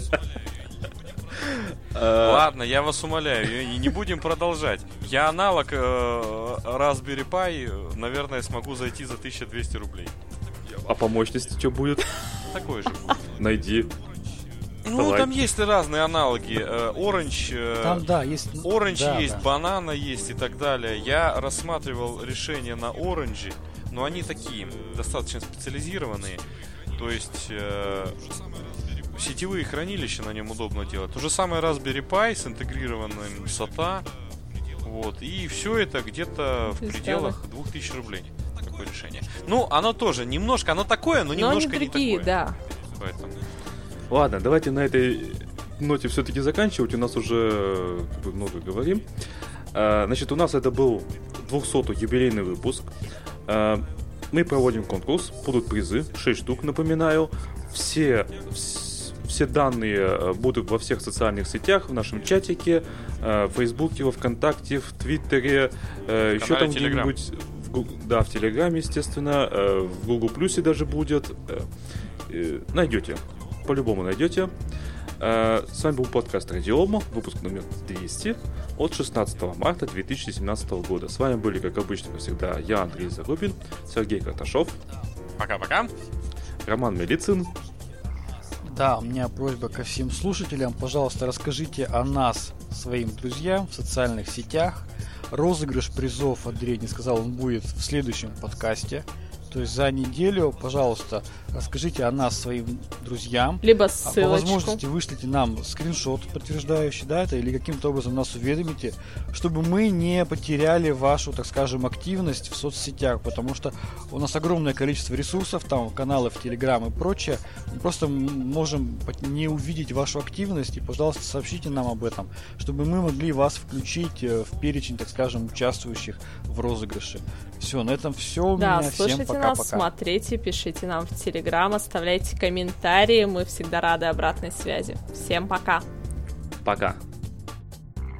Ладно, я вас умоляю, и не будем продолжать. Я аналог Raspberry Pi, наверное, смогу зайти за тысячу двести рублей. А по мощности что будет? Такой же будет. Найди. Ну, Давай. Там есть разные аналоги. Orange, там, да, есть, Orange да, есть, да. Banana есть и так далее. Я рассматривал решения на Orange, но они такие, достаточно специализированные. То есть э, сетевые хранилища на нем удобно делать. То же самое Raspberry Pi с интегрированным сата. Вот. И все это где-то в пределах двух тысяч рублей. Такое решение. Ну, оно тоже немножко, оно такое, но немножко но они другие, не такое. Да. Поэтому. Ладно, давайте на этой ноте все-таки заканчивать. У нас уже как бы, много говорим. А, значит, у нас это был двухсотый юбилейный выпуск. А, мы проводим конкурс. Будут призы. шесть штук, напоминаю. Все, все данные будут во всех социальных сетях, в нашем чатике, в Фейсбуке, во Вконтакте, в Твиттере, в еще там Telegram. где-нибудь. В, да, в Телеграме, естественно. В Google Плюсе даже будет. Найдете. По-любому найдете. С вами был подкаст Радиома, выпуск номер двести от шестнадцатого марта две тысячи семнадцатого года. С вами были, как обычно, как всегда, я, Андрей Зарубин, Сергей Карташов. Пока-пока. Роман Мелицин. Да, у меня просьба ко всем слушателям. Пожалуйста, расскажите о нас своим друзьям в социальных сетях. Розыгрыш призов, Андрей не сказал, он будет в следующем подкасте. То есть за неделю, пожалуйста, расскажите о нас своим друзьям. Либо ссылочку. По возможности вышлите нам скриншот, подтверждающий, да, это, или каким-то образом нас уведомите, чтобы мы не потеряли вашу, так скажем, активность в соцсетях, потому что у нас огромное количество ресурсов, там каналы в Telegram и прочее. Мы просто можем не увидеть вашу активность, и, пожалуйста, сообщите нам об этом, чтобы мы могли вас включить в перечень, так скажем, участвующих в розыгрыше. Все, на этом все у да, меня. Слушайте Всем нас, пока-пока. смотрите, пишите нам в Телеграм, оставляйте комментарии. Мы всегда рады обратной связи. Всем пока. Пока.